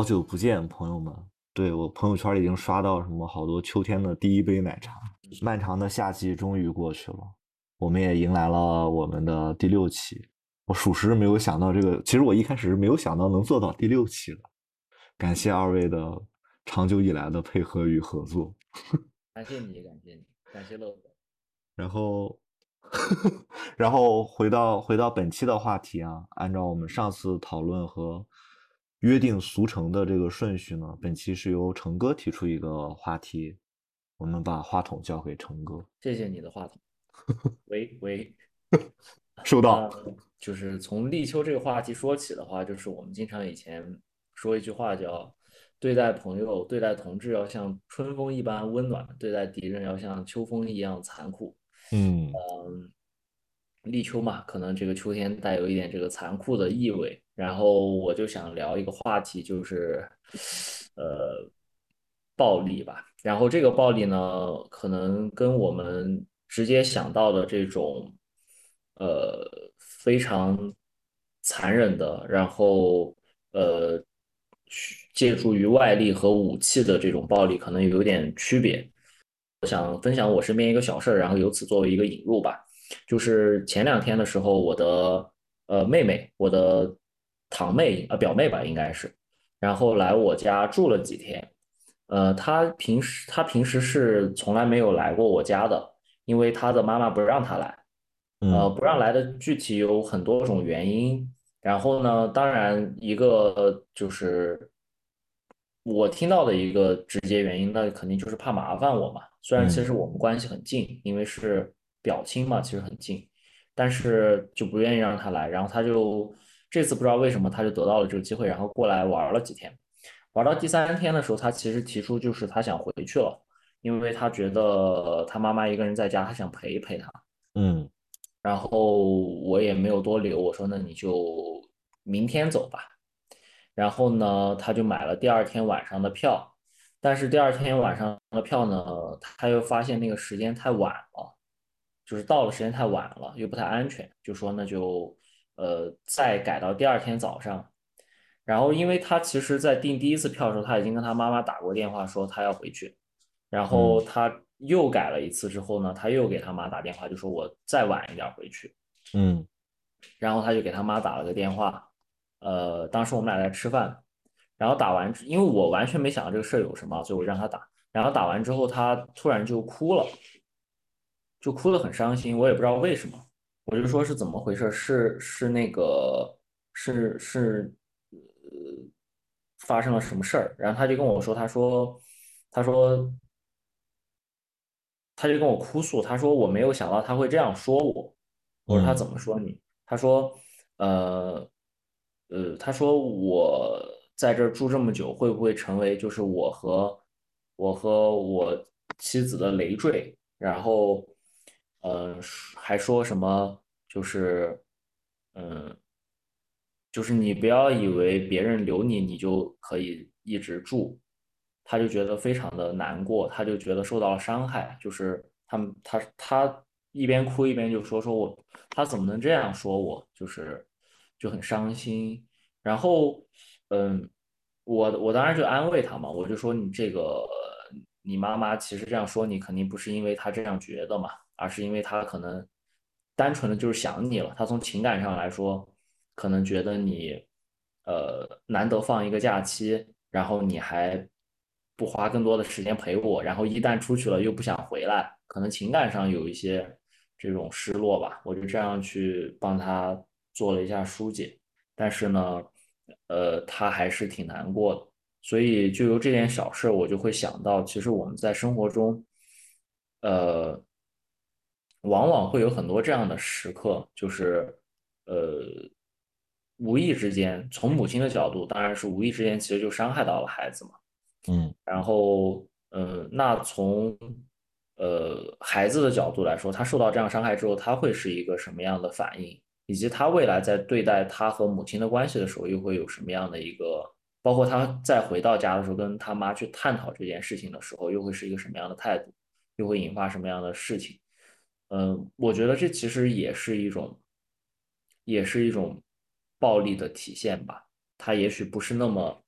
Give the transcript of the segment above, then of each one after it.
久不见，朋友们。对，我朋友圈里已经刷到什么好多秋天的第一杯奶茶。漫长的夏季终于过去了，我们也迎来了我们的第六期。我属实没有想到这个，其实我一开始是没有想到能做到第六期的。感谢二位的长久以来的配合与合作。 感谢你，感谢你，感谢乐哥。 然后，然后回到本期的话题啊，按照我们上次讨论和约定俗成的这个顺序呢，本期是由成哥提出一个话题，我们把话筒交给成哥。 谢谢你的话筒。喂喂， 收到。 就是从立秋这个话题说起的话，就是我们经常以前说一句话叫“对待朋友、对待同志要像春风一般温暖，对待敌人要像秋风一样残酷”。 嗯立秋嘛，可能这个秋天带有一点这个残酷的意味。然后我就想聊一个话题，就是暴力吧。然后这个暴力呢，可能跟我们直接想到的这种非常残忍的，然后呃借助于外力和武器的这种暴力，可能有点区别。我想分享我身边一个小事儿，然后由此作为一个引入吧。就是前两天的时候，我的妹妹，我的堂妹表妹吧，应该是，然后来我家住了几天。她平时是从来没有来过我家的，因为她的妈妈不让她来。 嗯不让来的具体有很多种原因。然后呢，当然一个就是我听到的一个直接原因，那肯定就是怕麻烦我嘛。虽然其嗯实我们关系很近，因为是表亲嘛，其实很近，但是就不愿意让他来。然后他就这次不知道为什么他就得到了这个机会，然后过来玩了几天。玩到第三天的时候，他其实提出就是他想回去了，因为他觉得他妈妈一个人在家，他想陪一陪他。 嗯然后我也没有多留，我说那你就明天走吧。然后呢，他就买了第二天晚上的票，但是第二天晚上的票呢，他又发现那个时间太晚了，就是到的时间太晚了，又不太安全，就说那就再改到第二天早上。然后因为他其实在订第一次票的时候，他已经跟他妈妈打过电话说他要回去，然后嗯他又改了一次之后呢，他又给他妈打电话，就说我再晚一点回去。 嗯然后他就给他妈打了个电话。当时我们俩在吃饭，然后打完，因为我完全没想到这个事儿有什么，所以我让他打。然后打完之后，他突然就哭了，就哭得很伤心，我也不知道为什么。我就说是怎么回事，是那个是发生了什么事儿？然后他就跟我说，他说他就跟我哭诉，他说我没有想到他会这样说我。我说他怎嗯么说你？他说，呃他说我在这儿住这么久，会不会成为就是我妻子的累赘？然后，还说什么就是嗯。就是你不要以为别人留你，你就可以一直住。他就觉得非常的难过，他就觉得受到了伤害，就是他一边哭一边就说我他怎么能这样说我，就很伤心。然后我当然就安慰他嘛，我就说你这个你妈妈其实这样说你肯定不是因为她这样觉得嘛，而是因为她可能单纯的就是想你了，她从情感上来说。可能觉得你难得放一个假期，然后你还不花更多的时间陪我，然后一旦出去了又不想回来，可能情感上有一些这种失落吧。我就这样去帮他做了一下疏解，但是呢，他还是挺难过的。所以就由这件小事，我就会想到，其实我们在生活中，呃，往往会有很多这样的时刻，就是呃，无意之间，从母亲的角度，当然是无意之间，其实就伤害到了孩子嘛。 嗯然后，那从孩子的角度来说，他受到这样伤害之后，他会是一个什么样的反应，以及他未来在对待他和母亲的关系的时候，又会有什么样的一个，包括他再回到家的时候，跟他妈去探讨这件事情的时候，又会是一个什么样的态度，又会引发什么样的事情。我觉得这其实也是一种暴力的体现吧。它也许不是那么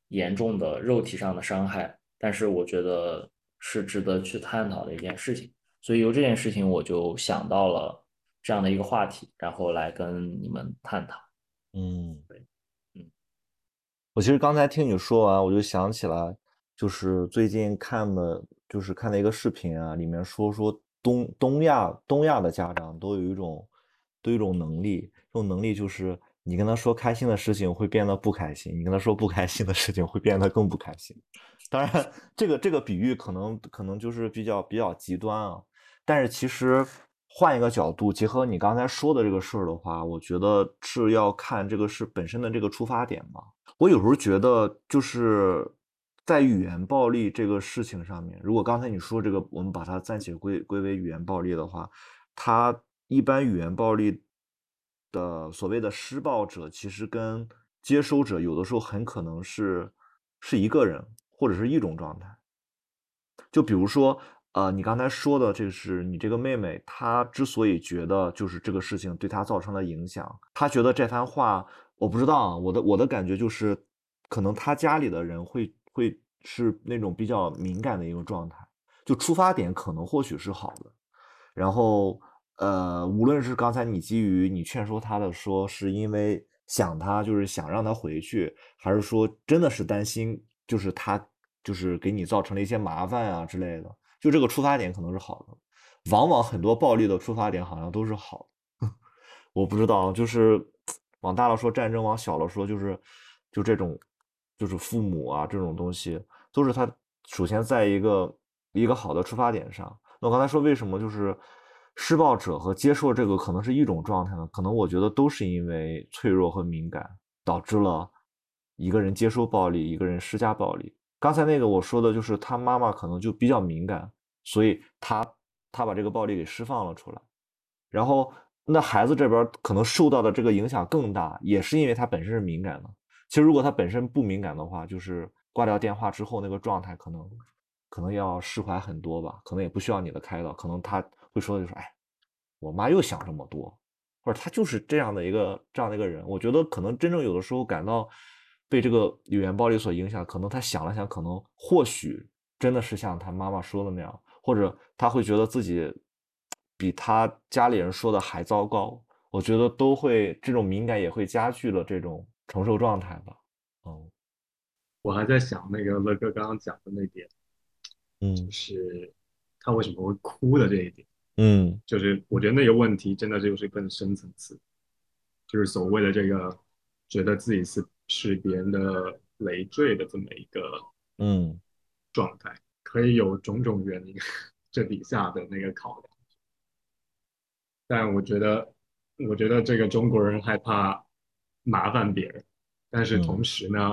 严重的肉体上的伤害，但是我觉得是值得去探讨的一件事情。所以由这件事情，我就想到了这样的一个话题，然后来跟你们探讨。 嗯。 嗯我其实刚才听你说完，我就想起来，就是最近看的一个视频啊，里面说东亚的家长都有一种能力，这种能力就是你跟他说开心的事情会变得不开心，你跟他说不开心的事情会变得更不开心。当然，这个比喻可能就是比较极端啊，但是其实换一个角度，结合你刚才说的这个事儿的话，我觉得是要看这个事本身的这个出发点吧。我有时候觉得，就是在语言暴力这个事情上面，如果刚才你说这个，我们把它暂且归为语言暴力的话，它一般语言暴力的所谓的施暴者，其实跟接收者有的时候很可能是一个人，或者是一种状态。就比如说，你刚才说的，这是你这个妹妹，她之所以觉得就是这个事情对她造成了影响，她觉得这番话，我不知道啊，我的感觉就是，可能她家里的人会是那种比较敏感的一个状态，就出发点可能或许是好的，然后无论是刚才你基于你劝说她的说是因为想她，就是想让她回去，还是说真的是担心，就是她就是给你造成了一些麻烦啊之类的，就这个出发点可能是好的。往往很多暴力的出发点好像都是好的，我不知道，就是往大了说战争，往小了说就这种就是父母啊这种东西，都是他首先在一个好的出发点上。那我刚才说为什么就是施暴者和接受这个可能是一种状态呢？可能我觉得都是因为脆弱和敏感，导致了一个人接受暴力，一个人施加暴力。刚才那个我说的就是他妈妈可能就比较敏感，所以他把这个暴力给释放了出来。然后那孩子这边可能受到的这个影响更大，也是因为他本身是敏感的。其实如果他本身不敏感的话，就是挂掉电话之后那个状态可能要释怀很多吧，可能也不需要你的开导，可能他会说的就是，哎，我妈又想这么多，或者他就是这样的一个人。我觉得可能真正有的时候感到被这个语言暴力所影响，可能他想了想，可能或许真的是像他妈妈说的那样，或者他会觉得自己比他家里人说的还糟糕。我觉得都会这种敏感也会加剧了这种承受状态吧。嗯我还在想那个乐哥刚刚讲的那点，就嗯是他为什么会哭的这一点， 嗯就是我觉得那个问题真的就是更深层次，就是所谓的这个觉得自己是别人的累赘的这么一个嗯状态，可以有种种原因，这底下的那个考量。但我觉得这个中国人害怕麻烦别人，但是同嗯时呢，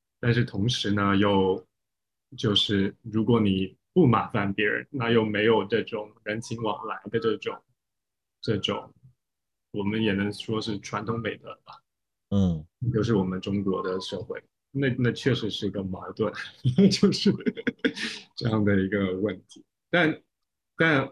又就是如果你不麻烦别人，那又没有这种人情往来的这种，我们也能说是传统美德吧， 嗯就是我们中国的社会，那确实是一个矛盾，就是这样的一个问题。但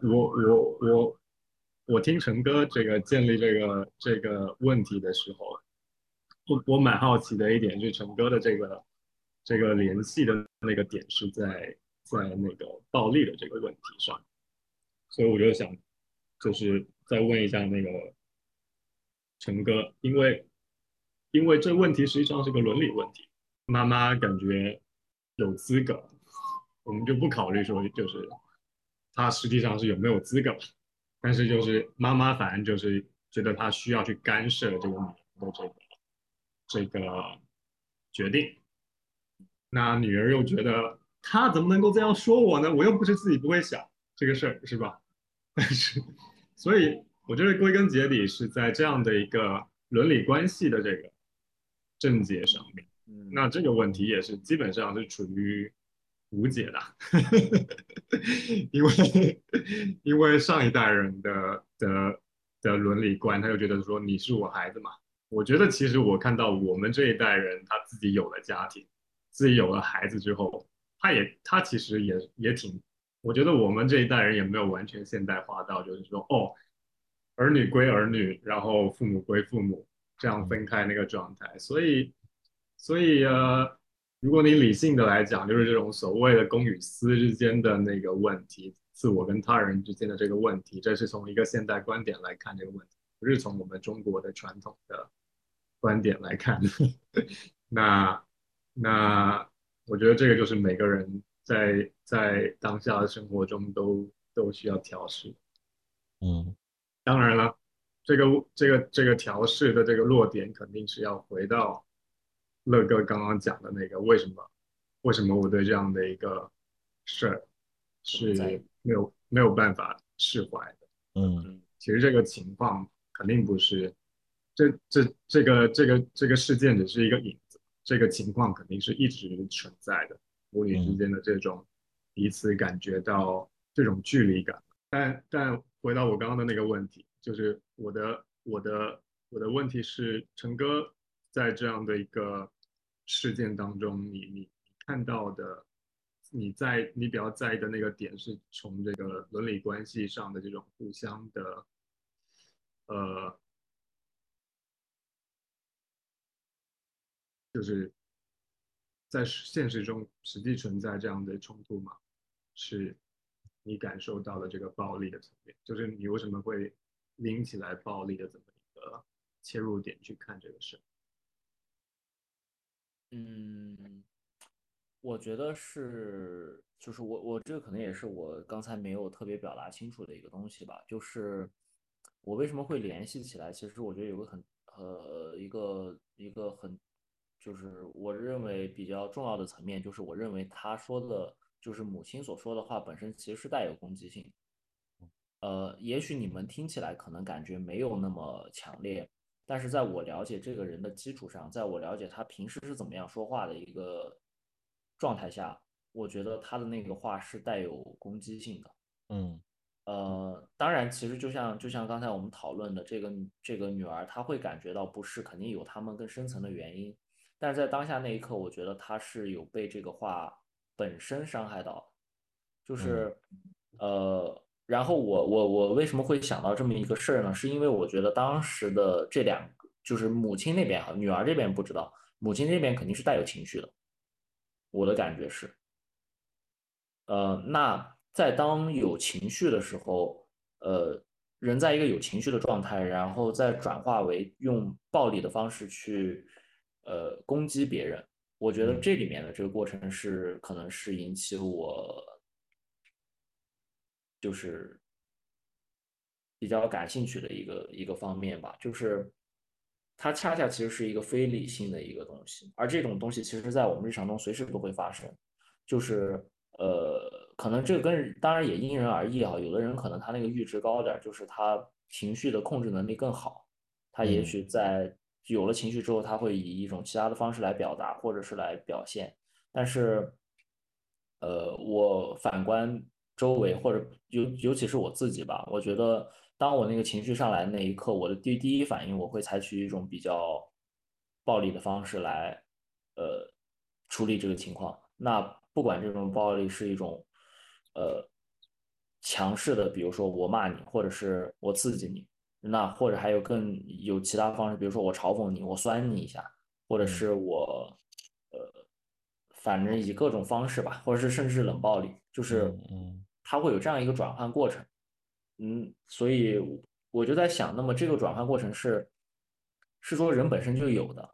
我听陈哥这个建立这个问题的时候，我蛮好奇的一点就是陈哥的这个联系的那个点是在那个暴力的这个问题上，所以我就想就是再问一下那个陈哥，因为这问题实际上是个伦理问题，妈妈感觉有资格，我们就不考虑说就是她实际上是有没有资格，但是就是妈妈反正就是觉得她需要去干涉这个女人的这个决定，那女儿又觉得她怎么能够这样说我呢？我又不是自己不会想这个事儿，是吧？但是，所以我觉得归根结底是在这样的一个伦理关系的这个症结上面。那嗯这个问题也是基本上是处于无解的，因为因为上一代人的伦理观，他就觉得说你是我孩子嘛。我觉得其实我看到我们这一代人，他自己有了家庭，自己有了孩子之后，他其实也挺，我觉得我们这一代人也没有完全现代化到，就是说哦，儿女归儿女，然后父母归父母，这样分开那个状态。所以如果你理性的来讲，就是这种所谓的公与私之间的那个问题，自我跟他人之间的这个问题，这是从一个现代观点来看这个问题，不是从我们中国的传统的观点来看。那那我觉得这个就是每个人在当下的生活中都需要调试。 嗯当然了，这个调试的这个落点肯定是要回到乐哥刚刚讲的那个为什么我对这样的一个事儿是这么在意？ 没有办法释怀的。 嗯嗯其实这个情况肯定不是这个事件只是一个影子，这个情况肯定是一直存在的，母女之嗯间的这种彼此感觉到这种距离感。但回到我刚刚的那个问题，就是我的问题是，陈哥在这样的一个事件当中，你看到的，你比较在意的那个点，是从这个伦理关系上的这种互相的呃，就是在现实中实际存在这样的冲突吗？是你感受到的这个暴力的层面，就是你为什么会拎起来暴力的这么一个切入点去看这个事？ 嗯，我觉得是，就是我这个可能也是我刚才没有特别表达清楚的一个东西吧，就是我为什么会联系起来，其实我觉得有个一个很，就是我认为比较重要的层面，就是我认为他说的，就是母亲所说的话本身其实是带有攻击性。也许你们听起来可能感觉没有那么强烈，但是在我了解这个人的基础上，在我了解他平时是怎么样说话的一个状态下，我觉得他的那个话是带有攻击性的。 嗯当然，其实就像刚才我们讨论的这个女儿，她会感觉到不适，肯定有他们更深层的原因。但是在当下那一刻，我觉得她是有被这个话本身伤害到，就嗯是然后我为什么会想到这么一个事儿呢？是因为我觉得当时的这两个，就是母亲那边哈，女儿这边不知道，母亲这边肯定是带有情绪的，我的感觉是。那在当有情绪的时候，人在一个有情绪的状态，然后再转化为用暴力的方式去攻击别人，我觉得嗯这里面的这个过程是可能是引起我就是比较感兴趣的一个方面吧，就是它恰恰其实是一个非理性的一个东西，而这种东西其实在我们日常中随时都会发生，就是可能这个当然也因人而异啊，有的人可能他那个阈值高点儿，就是他情绪的控制能力更好，他也嗯许在有了情绪之后，他会以一种其他的方式来表达或者是来表现，但是我反观周围或者尤其是我自己吧，我觉得当我那个情绪上来的那一刻，我的第一反应我会采取一种比较暴力的方式来处理这个情况。那不管这种暴力是一种呃强势的，比如说我骂你，或者是我刺激你，那或者还有更有其他方式，比如说我嘲讽你，我酸你一下，或者嗯是我反正以各种方式吧，或者是甚至冷暴力，就是嗯嗯它会有这样一个转换过程。所以我就在想，那么这个转换过程是说人本身就有的，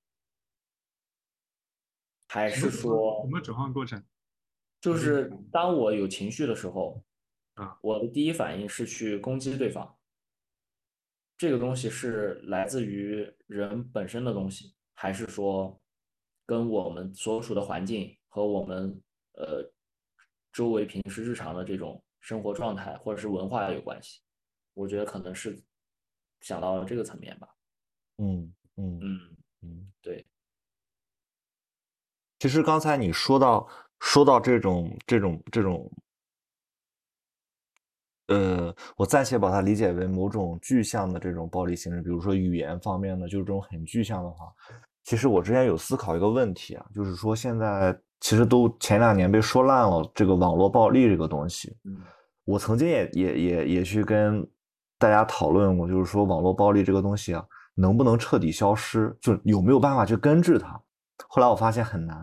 还是什说么转换过程？ 就是当我有情绪的时候， 啊， 我的第一反应是去攻击对方？这个东西是来自于人本身的东西，还是说跟我们所处的环境和我们周围平时日常的这种生活状态或者是文化有关系？我觉得可能是想到了这个层面吧。 嗯嗯嗯， 嗯。 对， 其实刚才你说到这种，我暂且把它理解为某种具象的这种暴力形式，比如说语言方面的，就是这种很具象的话，其实我之前有思考一个问题啊，就是说现在其实都前2年被说烂了这个网络暴力这个东西， 嗯我曾经也去跟大家讨论过，就是说网络暴力这个东西啊，能不能彻底消失，就有没有办法去根治它？后来我发现很难。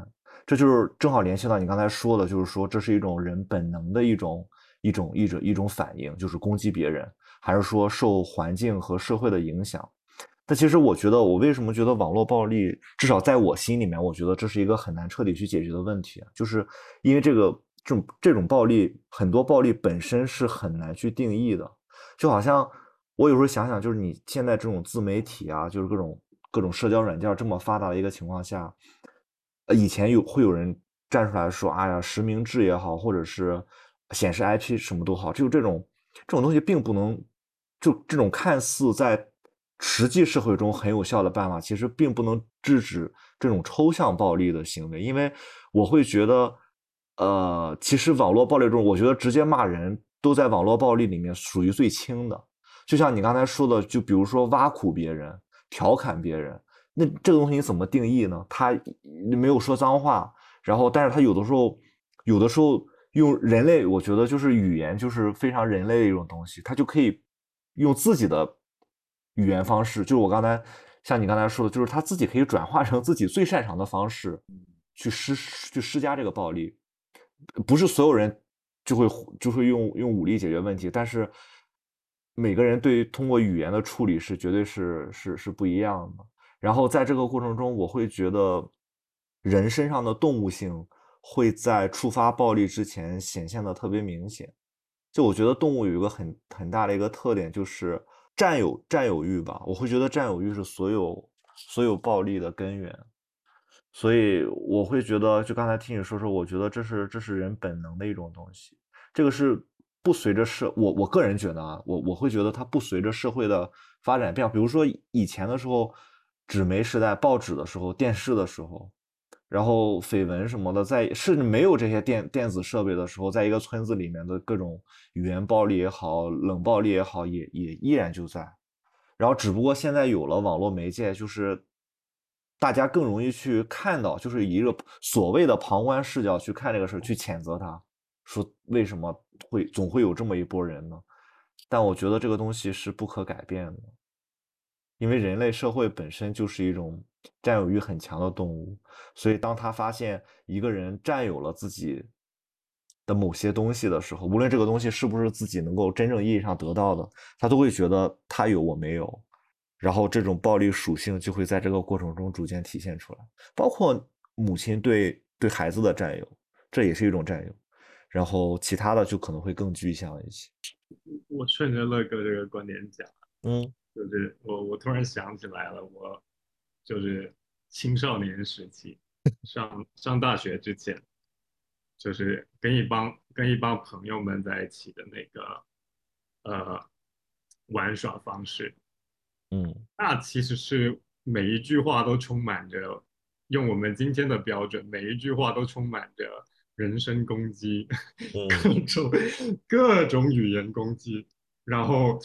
这就是正好联系到你刚才说的，就是说这是一种人本能的一种反应，就是攻击别人，还是说受环境和社会的影响？但其实我觉得，我为什么觉得网络暴力，至少在我心里面，我觉得这是一个很难彻底去解决的问题，就是因为这种暴力，很多暴力本身是很难去定义的，就好像我有时候想想，就是你现在这种自媒体啊，就是各种社交软件这么发达的一个情况下，以前会有人站出来说，哎呀，实名制也好，或者是显示 IP 什么都好，就这种东西并不能，就这种看似在实际社会中很有效的办法，其实并不能制止这种抽象暴力的行为，因为我会觉得，其实网络暴力中，我觉得直接骂人都在网络暴力里面属于最轻的。就像你刚才说的，就比如说挖苦别人、调侃别人，那这个东西你怎么定义呢？他没有说脏话，然后但是他有的时候用人类，我觉得就是语言就是非常人类的一种东西，他就可以用自己的语言方式，就是我刚才像你刚才说的，就是他自己可以转化成自己最擅长的方式去施加这个暴力，不是所有人就会用武力解决问题，但是每个人对于通过语言的处理是绝对是不一样的。然后在这个过程中，我会觉得人身上的动物性会在触发暴力之前显现的特别明显。就我觉得动物有一个很大的一个特点，就是占有欲吧。我会觉得占有欲是所有暴力的根源。所以我会觉得，就刚才听你说，我觉得这是人本能的一种东西。这个是不随着我个人觉得啊，我会觉得它不随着社会的发展变化。比如说以前的时候，纸媒时代、报纸的时候、电视的时候，然后绯闻什么的，甚至没有这些电子设备的时候，在一个村子里面的各种语言暴力也好、冷暴力也好，也依然就在。然后只不过现在有了网络媒介，就是大家更容易去看到，就是以一个所谓的旁观视角去看这个事儿，去谴责他，说为什么总会有这么一波人呢？但我觉得这个东西是不可改变的，因为人类社会本身就是一种占有欲很强的动物，所以当他发现一个人占有了自己的某些东西的时候，无论这个东西是不是自己能够真正意义上得到的，他都会觉得他有我没有，然后这种暴力属性就会在这个过程中逐渐体现出来，包括母亲对孩子的占有，这也是一种占有，然后其他的就可能会更具象一些。 我顺着乐哥这个观点讲， 嗯就是我突然想起来了，我就是青少年时期上大学之前，就是跟一帮朋友们在一起的那个呃玩耍方式， 嗯那其实是每一句话都充满着，用我们今天的标准，每一句话都充满着人身攻击，各嗯种各种语言攻击，然后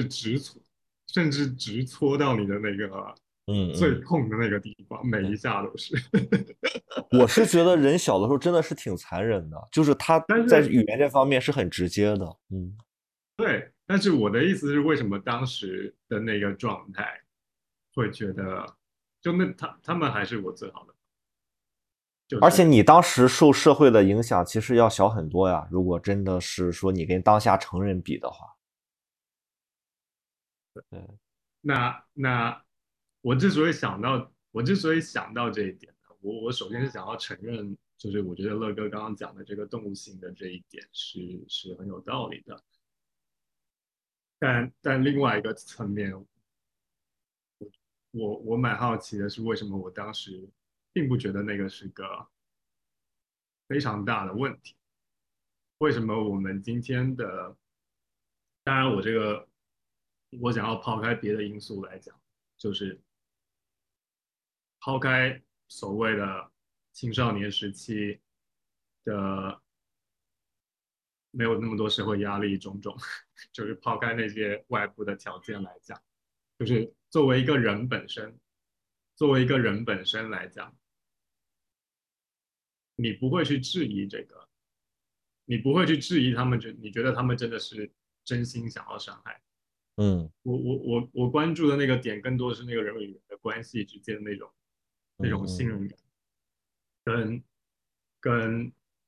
甚至直戳到你的那个最嗯嗯。 痛的那个地方，每一下都是。 我是觉得人小的时候真的是挺残忍的，就是他但是在语言这方面是很直接的。嗯对，但是我的意思是，为什么当时的那个状态会觉得，就那他们还是我最好的，就是而且你当时受社会的影响其实要小很多呀，如果真的是说你跟当下成人比的话。对， 那我之所以想到这一点呢，我首先是想要承认，就是我觉得乐哥刚刚讲的这个动物性的这一点是很有道理的，但另外一个层面，我蛮好奇的是，为什么我当时并不觉得那个是个非常大的问题？为什么我们今天的，当然我想要抛开别的因素来讲，就是抛开所谓的青少年时期的没有那么多社会压力种种，就是抛开那些外部的条件来讲，就是作为一个人本身来讲，你不会去质疑这个，你不会去质疑他们，你觉得他们真的是真心想要伤害。 嗯我关注的那个点更多的是那个人与人的关系之间的那种信嗯任感。 跟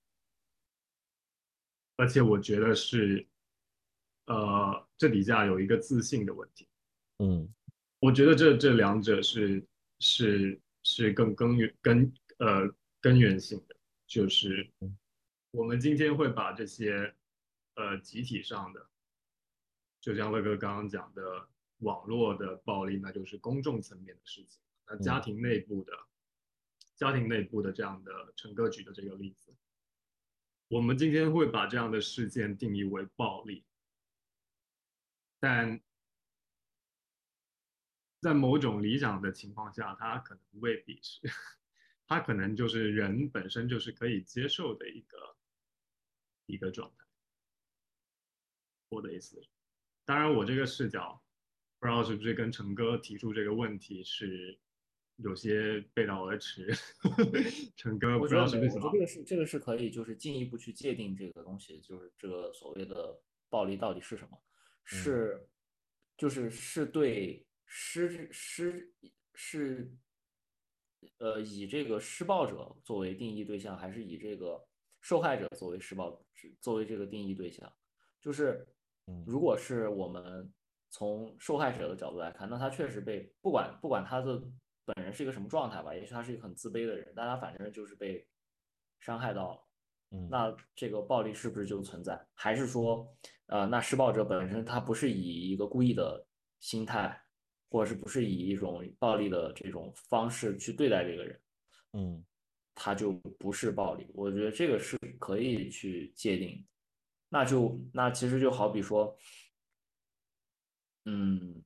而且我觉得是这底下有一个自信的问题。 嗯我觉得这两者是更根源性的，就是嗯我们今天会把这些集体上的，就像乐哥刚刚讲的网络的暴力，那就是公众层面的事情。那嗯家庭内部的这样的陈哥举的这个例子，我们今天会把这样的事件定义为暴力，但在某种理想的情况下，它可能未必是，它可能就是人本身就是可以接受的一个状态。我的意思是，当然我这个视角不知道是不是跟陈哥提出这个问题是有些背道而驰。陈哥不知我觉得没有， 道是不是想， 我觉得这个是可以，就是进一步去界定这个东西，就是这个所谓的暴力到底是什么， 嗯是是对是以这个施暴者作为定义对象，还是以这个受害者作为这个定义对象？就是嗯如果是我们从受害者的角度来看，那他确实被不管他的本人是一个什么状态吧，也许他是一个很自卑的人，但他反正就是被伤害到了。 嗯那这个暴力是不是就存在？还是说，那施暴者本身他不是以一个故意的心态，或者是不是以一种暴力的这种方式去对待这个人， 嗯他就不是暴力？我觉得这个是可以去界定的。那其实就好比说，嗯，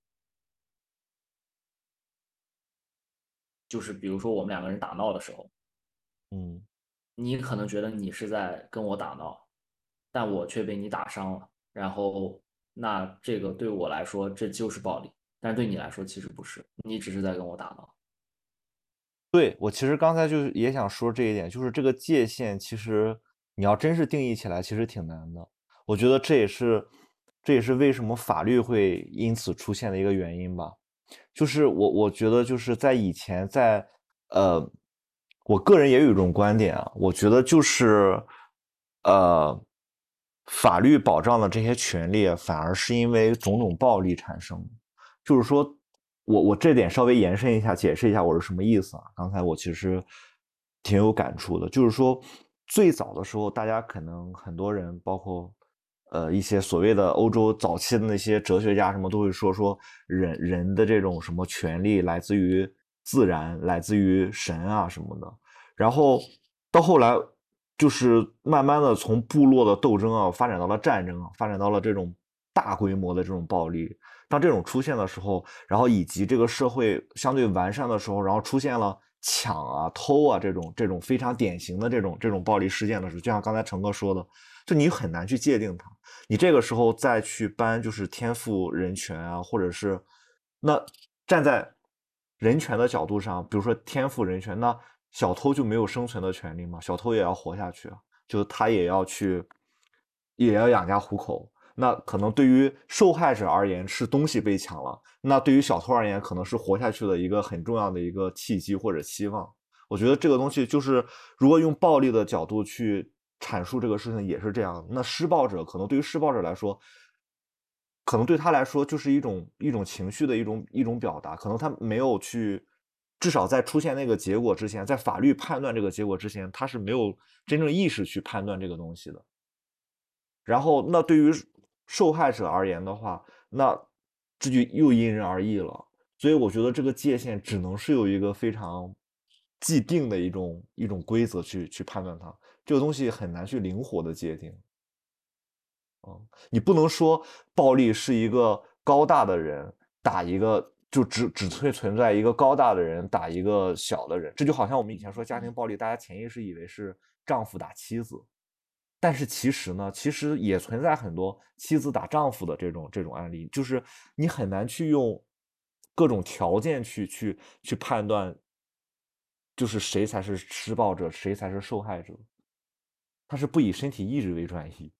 就是比如说我们两个人打闹的时候， 嗯。 你可能觉得你是在跟我打闹，但我却被你打伤了，然后那这个对我来说这就是暴力，但是对你来说其实不是，你只是在跟我打闹。 对，我其实刚才就是也想说这一点，就是这个界限，其实你要真是定义起来，其实挺难的。我觉得这也是为什么法律会因此出现的一个原因吧。就是我觉得就是在以前，呃，我个人也有一种观点啊，我觉得就是呃，法律保障的这些权利，反而是因为种种暴力产生的。就是说，我这点稍微延伸一下，解释一下我是什么意思啊？刚才我其实挺有感触的，就是说，最早的时候，大家可能很多人，包括一些所谓的欧洲早期的那些哲学家什么，都会说人的这种什么权利来自于自然，来自于神啊什么的。然后到后来，就是慢慢的从部落的斗争啊，发展到了战争啊，发展到了这种大规模的这种暴力。当这种出现的时候，然后以及这个社会相对完善的时候，然后出现了抢啊、偷啊这种非常典型的这种暴力事件的时候，就像刚才成哥说的，就你很难去界定它。你这个时候再去搬就是天赋人权啊，或者是那站在人权的角度上，比如说天赋人权，那小偷就没有生存的权利吗？小偷也要活下去啊，就他也要养家糊口。那可能对于受害者而言是东西被抢了，那对于小偷而言可能是活下去的一个很重要的一个契机或者希望。我觉得这个东西就是，如果用暴力的角度去阐述这个事情，也是这样。那施暴者可能对于施暴者来说，可能对他来说就是一种情绪的一种表达，可能他没有去，至少在出现那个结果之前，在法律判断这个结果之前，他是没有真正意识去判断这个东西的。然后，那对于受害者而言的话，那这就又因人而异了。所以我觉得这个界限只能是有一个非常既定的一种规则去判断它，这个东西很难去灵活的界定。你不能说暴力是一个高大的人打一个，就只会存在一个高大的人打一个小的人，这就好像我们以前说家庭暴力，大家潜意识以为是丈夫打妻子，但是其实呢，其实也存在很多妻子打丈夫的这种案例，就是你很难去用各种条件去判断，就是谁才是施暴者，谁才是受害者，他是不以身体意志为转移。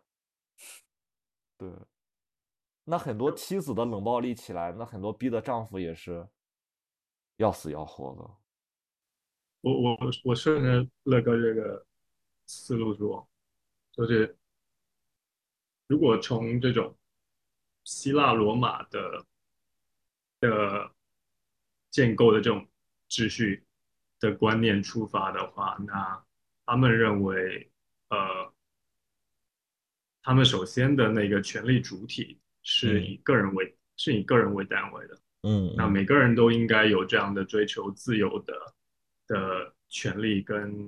对，那很多妻子的冷暴力起来，那很多逼的丈夫也是要死要活的。 我顺着乐哥这个思路说，就是如果从这种希腊罗马的建构的这种秩序的观念出发的话，那他们认为，呃，他们首先的那个权力主体嗯是以个人为单位的。那嗯嗯每个人都应该有这样的追求自由的权利跟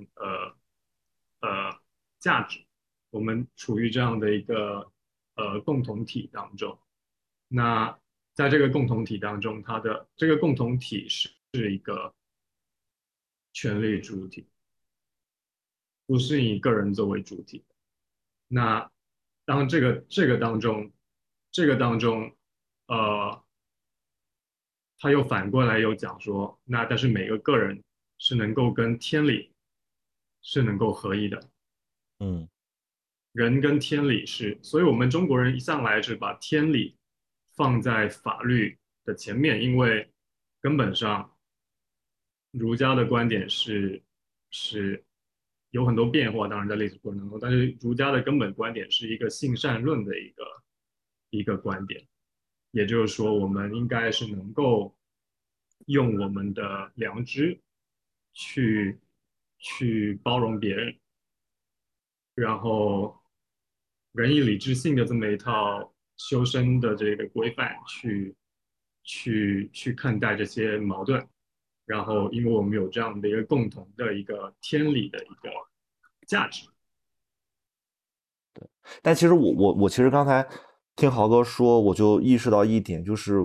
价值。我们处于这样的一个共同体当中。那在这个共同体当中，它的这个共同体是一个权力主体，不是以个人作为主体。那当这个当中，呃，他又反过来又讲说，那但是每个个人是能够跟天理是能够合一的， 嗯人跟天理是，所以我们中国人一上来是把天理放在法律的前面，因为根本上儒家的观点是有很多变化，当然在历史过程当中，但是儒家的根本观点是一个性善论的一个观点，也就是说，我们应该是能够用我们的良知去去包容别人，然后仁义礼智信的这么一套修身的这个规范去看待这些矛盾，然后因为我们有这样的一个共同的一个天理的一个价值。 但其实我其实刚才听豪哥说，我就意识到一点，就是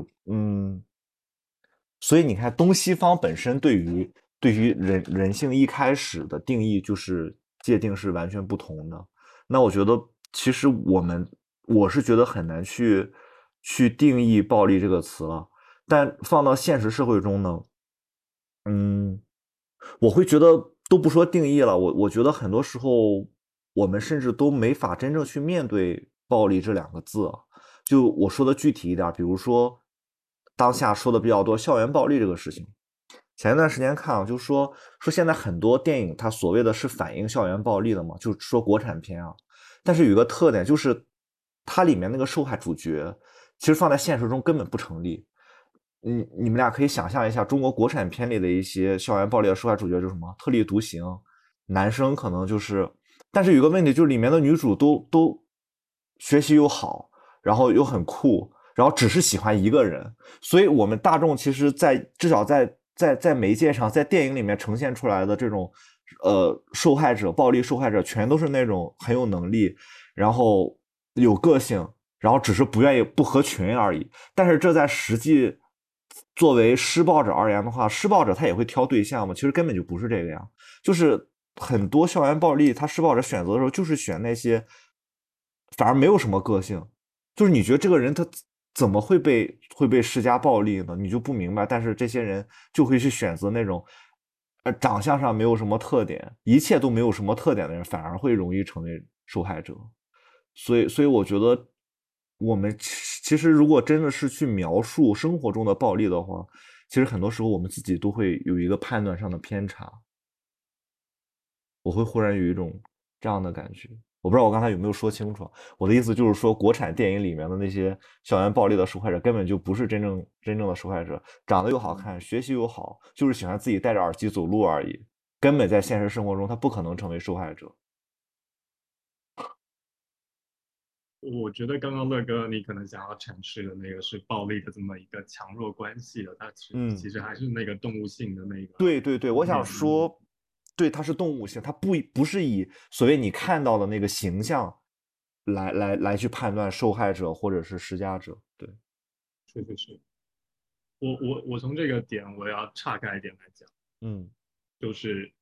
所以你看东西方本身对于人性一开始的定义就是界定是完全不同的。那我觉得其实我是觉得很难去定义暴力这个词了，但放到现实社会中呢，嗯，我会觉得都不说定义了，我觉得很多时候我们甚至都没法真正去面对暴力这两个字啊。就我说的具体一点，比如说当下说的比较多校园暴力这个事情，前一段时间看啊，就说现在很多电影它所谓的是反映校园暴力的嘛，就说国产片啊，但是有一个特点就是它里面那个受害主角其实放在现实中根本不成立。你们俩可以想象一下，中国国产片里的一些校园暴力的受害主角就是什么特立独行，男生可能就是，但是有个问题就是里面的女主都学习又好，然后又很酷，然后只是喜欢一个人，所以我们大众其实至少在媒介上，在电影里面呈现出来的这种受害者暴力受害者，全都是那种很有能力，然后有个性，然后只是不愿意不合群而已。但是这在实际作为施暴者而言的话，施暴者他也会挑对象嘛，其实根本就不是这个样，就是很多校园暴力，他施暴者选择的时候就是选那些反而没有什么个性，就是你觉得这个人他怎么会被施加暴力呢？你就不明白，但是这些人就会去选择那种长相上没有什么特点，一切都没有什么特点的人，反而会容易成为受害者。所以我觉得，我们其实如果真的是去描述生活中的暴力的话，其实很多时候我们自己都会有一个判断上的偏差。我会忽然有一种这样的感觉。我不知道我刚才有没有说清楚。我的意思就是说，国产电影里面的那些校园暴力的受害者，根本就不是真正的受害者，长得又好看，学习又好，就是喜欢自己戴着耳机走路而已，根本在现实生活中他不可能成为受害者。 我觉得刚刚乐哥你可能想要阐释的那个是暴力的这么一个强弱关系的，它其嗯， 实还是那个动物性的那个对对对，我想面的。 说，对，它是动物性，它不是以所谓你看到的那个形象来去判断受害者或者是施加者。对， 是是是，我从这个点我要岔开一点来讲， 嗯就是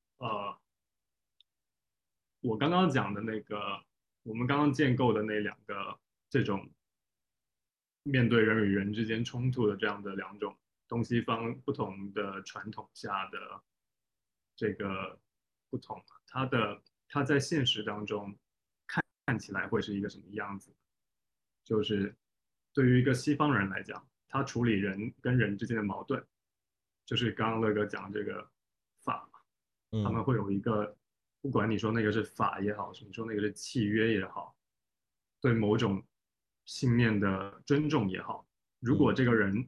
我刚刚讲的那个，我们刚刚建构的那两个这种面对人与人之间冲突的这样的两种东西方不同的传统下的这个不同，它在现实当中看起来会是一个什么样子？就是对于一个西方人来讲，他处理人跟人之间的矛盾，就是刚刚乐哥讲这个法，他嗯们会有一个不管你说那个是法也好，你说那个是契约也好，对某种信念的尊重也好，如果这个人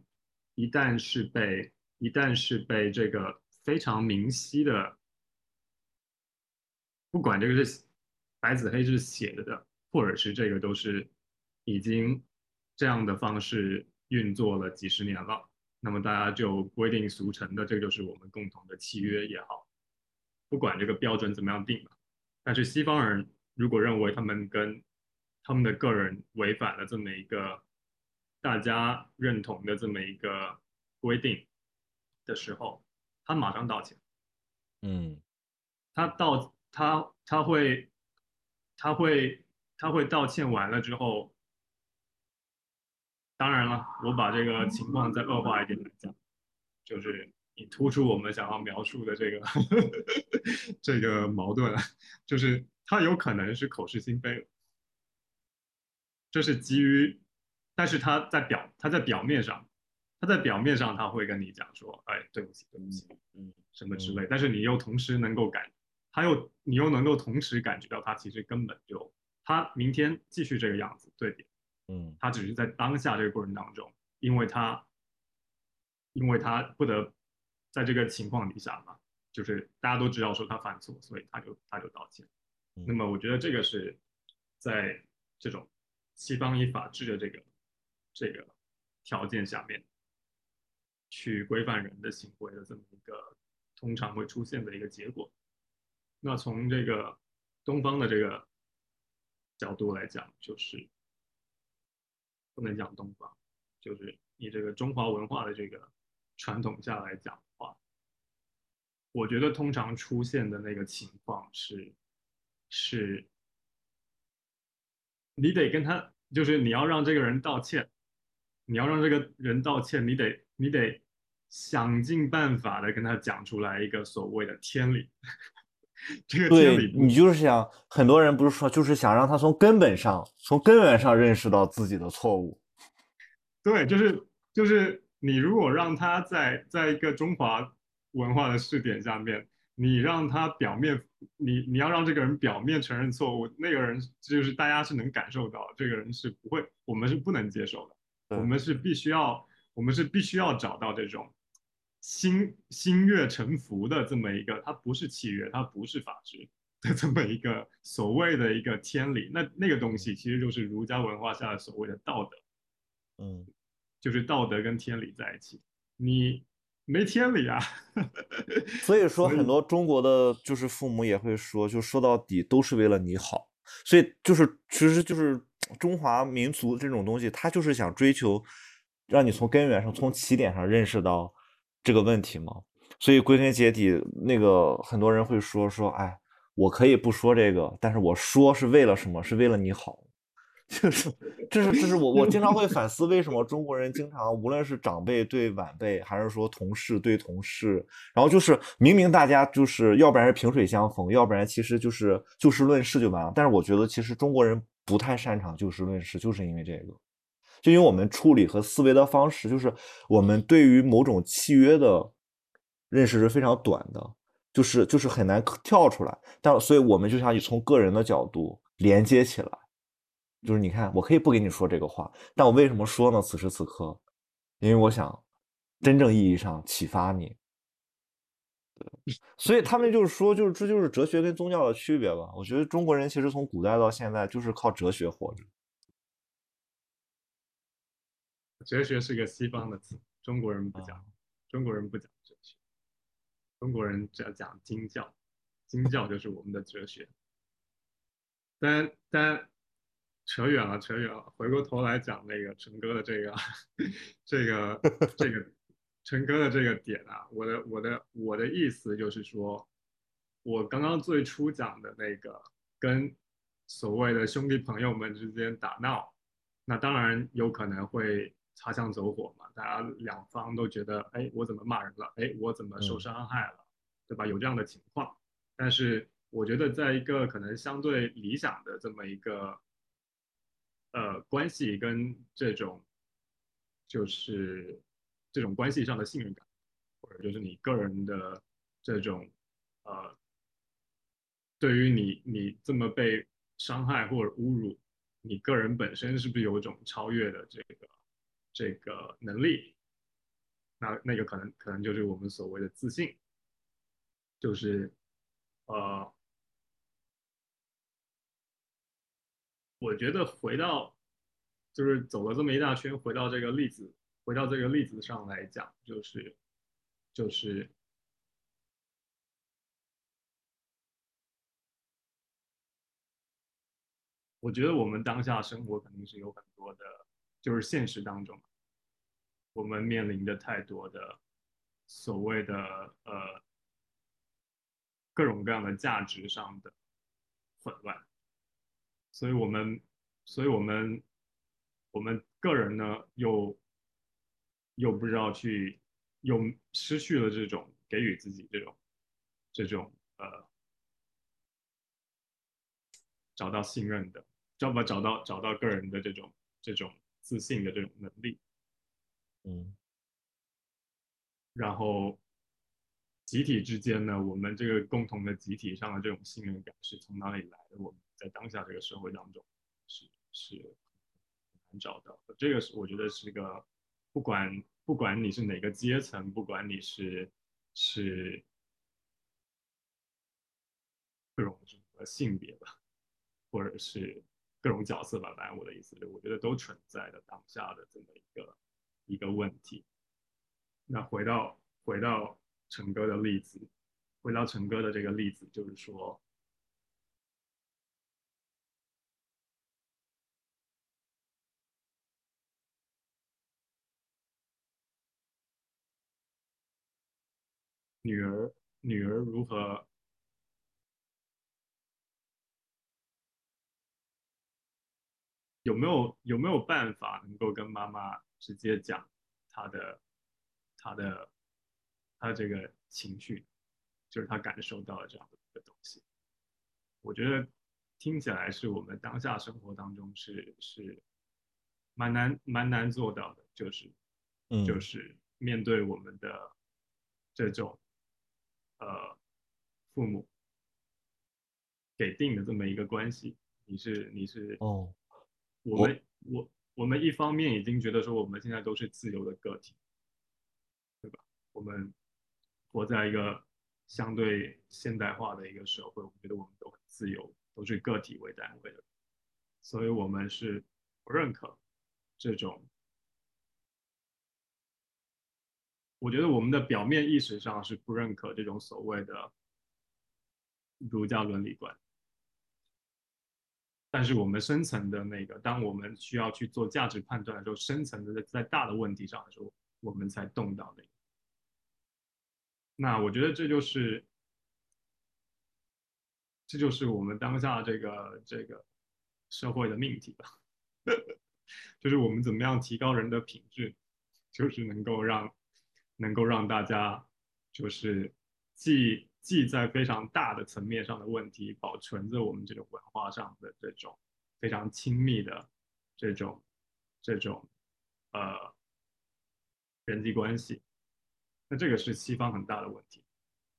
一旦是被这个非常明晰的，不管这个是白纸黑字写的的，或者是这个都是已经这样的方式运作了几十年了，那么大家就规定俗成的，这就是我们共同的契约也好，不管这个标准怎么样定吧。但是西方人如果认为他们跟他们的个人违反了这么一个大家认同的这么一个规定的时候，他马上道歉。 嗯他道他他会他会他会道歉完了之后，当然了，我把这个情况再恶化一点来讲，就是你突出我们想要描述的这个这个矛盾，就是他有可能是口是心非的，这是基于，但是他在表面上他会跟你讲说，哎，对不起，对不起，什么之类，但是你又同时能够你又能够同时感觉到他其实根本就他明天继续这个样子，对的， 嗯他只是在当下这个过程当中，因为他不得在这个情况底下嘛，就是大家都知道说他犯错，所以他就道歉。那嗯么我觉得这个是在这种西方以法治的这个条件下面去规范人的行为的这么一个通常会出现的一个结果。那从这个东方的这个角度来讲，就是不能讲东方，就是以这个中华文化的这个传统下来讲的话，我觉得通常出现的那个情况是你得跟他，就是你要让这个人道歉，你要让这个人道歉，你得想尽办法的跟他讲出来一个所谓的天理。这个天理不对你就是想，很多人不是说，就是想让他从根源上认识到自己的错误。 对，就是你如果让他在一个中华文化的视点下面，你让他表面，你要让这个人表面承认错误，那个人就是大家是能感受到，这个人是不会，我们是不能接受的，我对， 们是必须要，我们是必须要找到这种心悦诚服的这么一个，它不是契约，它不是法治的这么一个所谓的一个天理，那个东西其实就是儒家文化下的所谓的道德。 嗯， 就是道德跟天理在一起，你没天理啊。 所以说所以很多中国的就是父母也会说，就说到底都是为了你好。所以其实中华民族这种东西，它就是想追求让你从根源上、从起点上认识到这个问题嘛。所以归根结底，那个很多人会说，哎，我可以不说这个，但是我说是为了什么？是为了你好。就是这是我经常会反思，为什么中国人经常无论是长辈对晚辈，还是说同事对同事，然后就是明明大家就是要不然是萍水相逢，要不然其实就是就事论事就完了。但是我觉得其实中国人不太擅长就事论事，就是因为这个，就因为我们处理和思维的方式，就是我们对于某种契约的认识是非常短的，就是很难跳出来。但所以我们就想从个人的角度连接起来。就是你看，我可以不跟你说这个话，但我为什么说呢？此时此刻，因为我想真正意义上启发你。所以他们就是说，就是这就是哲学跟宗教的区别吧。我觉得中国人其实从古代到现在就是靠哲学活着。 哲学是个西方的词，中国人不讲， 啊， 中国人不讲哲学，中国人只要讲经教，经教就是我们的哲学。但扯远了，扯远了。回过头来讲那个陈哥的这个这个陈哥的这个点啊，我的意思就是说，我刚刚最初讲的那个跟所谓的兄弟朋友们之间打闹，那当然有可能会擦枪走火嘛，大家两方都觉得，哎，我怎么骂人了？哎，我怎么受嗯伤害了？对吧？有这样的情况。但是我觉得，在一个可能相对理想的这么一个关系跟就是这种关系上的信任感，或者就是你个人的这种呃对于你这么被伤害或者侮辱，你个人本身是不是有一种超越的这个能力？那个可能就是我们所谓的自信，就是呃，我觉得就是走了这么一大圈，回到这个例子上来讲，就是我觉得我们当下生活肯定是有很多的，就是现实当中我们面临的太多的所谓的各种各样的价值上的混乱，所以我们所以我们个人呢又不知道又失去了这种给予自己这种找到信任的，找到个人的这种自信的这种能力， 嗯然后集体之间呢，我们这个共同的集体上的这种信任感是从哪里来的？我们在当下这个社会当中是很难找到的。这个是我觉得是个不管你是哪个阶层，不管你是各种什么性别吧，或者是各种角色吧，反正我的意思是，我觉得都存在的当下的这么一个问题。那回到陈哥的例子，回到陈哥的这个例子，就是说，女儿如何有没有办法能够跟妈妈直接讲她的她的她这个情绪，就是她感受到的这样的一个东西。我觉得听起来是我们当下生活当中是蛮难做到的，就嗯是面对我们的这种呃父母给定的这么一个关系，你是哦， 我我们我们一方面已经觉得说我们现在都是自由的个体，我们活在一个相对现代化的一个社会，我觉得我们都很自由，都是个体为单位的，所以我们是不认可这种。我觉得我们的表面意识上是不认可这种所谓的儒家伦理观，但是我们深层的那个，当我们需要去做价值判断的时候，深层的在大的问题上的时候，我们才动到那个。那我觉得这就是我们当下这个社会的命题吧，就是我们怎么样提高人的品质，就是能够让大家就是既在非常大的层面上的问题，保存着我们这种文化上的这种非常亲密的这种呃人际关系，那这个是西方很大的问题，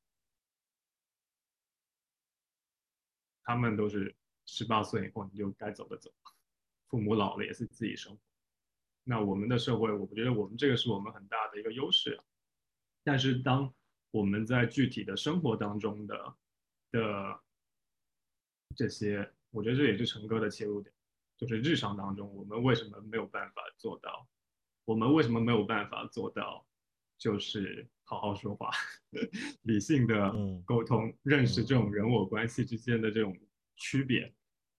他们都是18岁以后你就该走的走，父母老了也是自己生活。那我们的社会，我觉得我们这个是我们很大的一个优势。但是当我们在具体的生活当中的这些，我觉得这也是陈哥的切入点，就是日常当中我们为什么没有办法做到？我们为什么没有办法做到？就是好好说话，理性的嗯沟通，认识嗯这种人我关系之间的这种区别，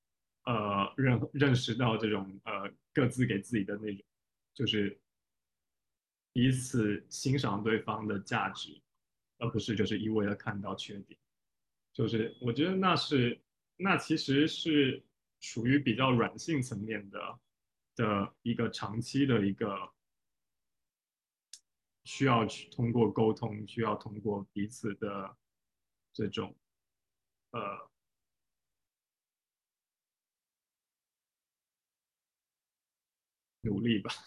认识到这种各自给自己的那种，就是彼此欣赏对方的价值，而不是就是一味的看到缺点。就是我觉得那其实是属于比较软性层面的一个长期的一个需要去通过沟通，需要通过彼此的这种呃努力吧，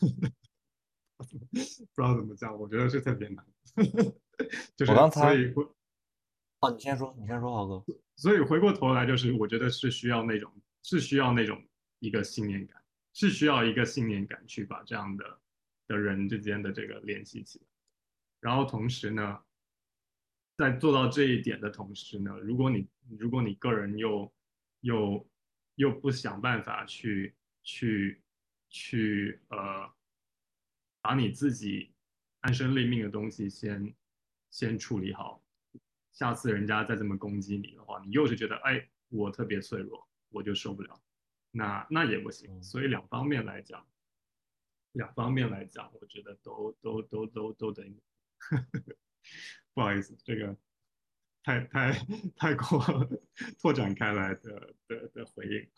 不知道怎么讲，我觉得是特别难，就我刚才是所以会哦，你先说，你先说，浩哥。 所以回过头来，就是我觉得是需要那种一个信念感，是需要一个信念感去把这样的人之间的这个联系起来。然后同时呢，在做到这一点的同时呢，如果你个人又又不想办法去把你自己安身立命的东西先处理好，下次人家再这么攻击你的话，你又是觉得哎我特别脆弱，我就受不了，那也不行。所以两方面来讲，我觉得都得不好意思，这个太过拓展开来的回应。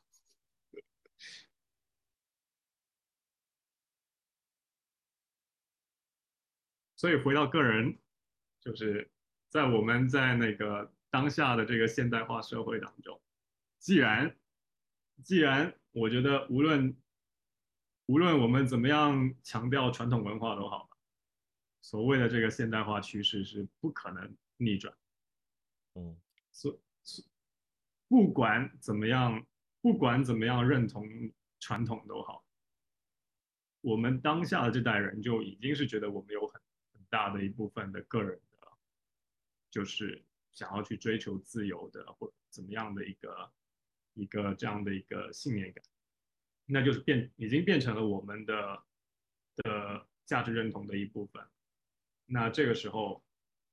所以回到个人，就是我们在那个当下的这个现代化社会当中，既然我觉得无论我们怎么样强调传统文化都好，所谓的这个现代化趋势是不可能逆转。 嗯， 所不管怎么样，不管怎么样认同传统都好，我们当下的这代人就已经是觉得我们有很大的一部分的个人的，就是想要去追求自由的或者怎么样的一个这样的一个信念感，那就是已经变成了我们的价值认同的一部分。那这个时候，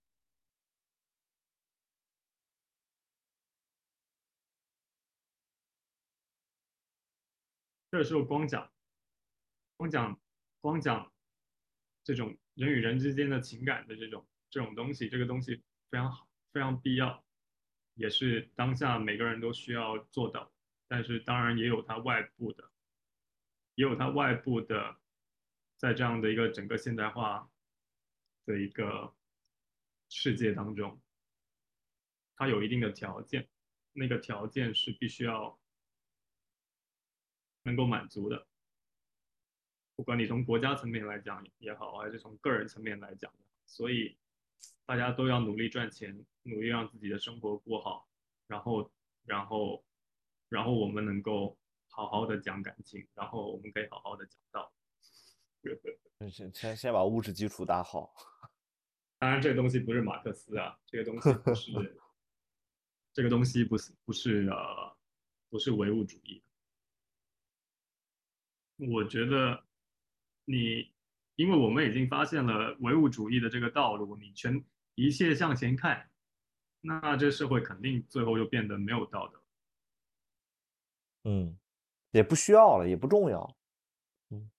光讲光讲这种人与人之间的情感的这种东西，这个东西非常好，非常必要，也是当下每个人都需要做到。但是当然也有它外部的，在这样的一个整个现代化的一个世界当中，它有一定的条件，那个条件是必须要能够满足的。不管你从国家层面来讲也好，还是从个人层面来讲，所以大家都要努力赚钱，努力让自己的生活过好，然后，然后，然后我们能够好好的讲感情，然后我们可以好好的讲道。 先把物质基础打好。 当然，这个东西不是马克思啊，这个东西不是，这个东西不是唯物主义。我觉得你，因为我们已经发现了唯物主义的这个道路，一切向前看，那这社会肯定最后就变得没有道德。 嗯，也不需要了，也不重要。嗯，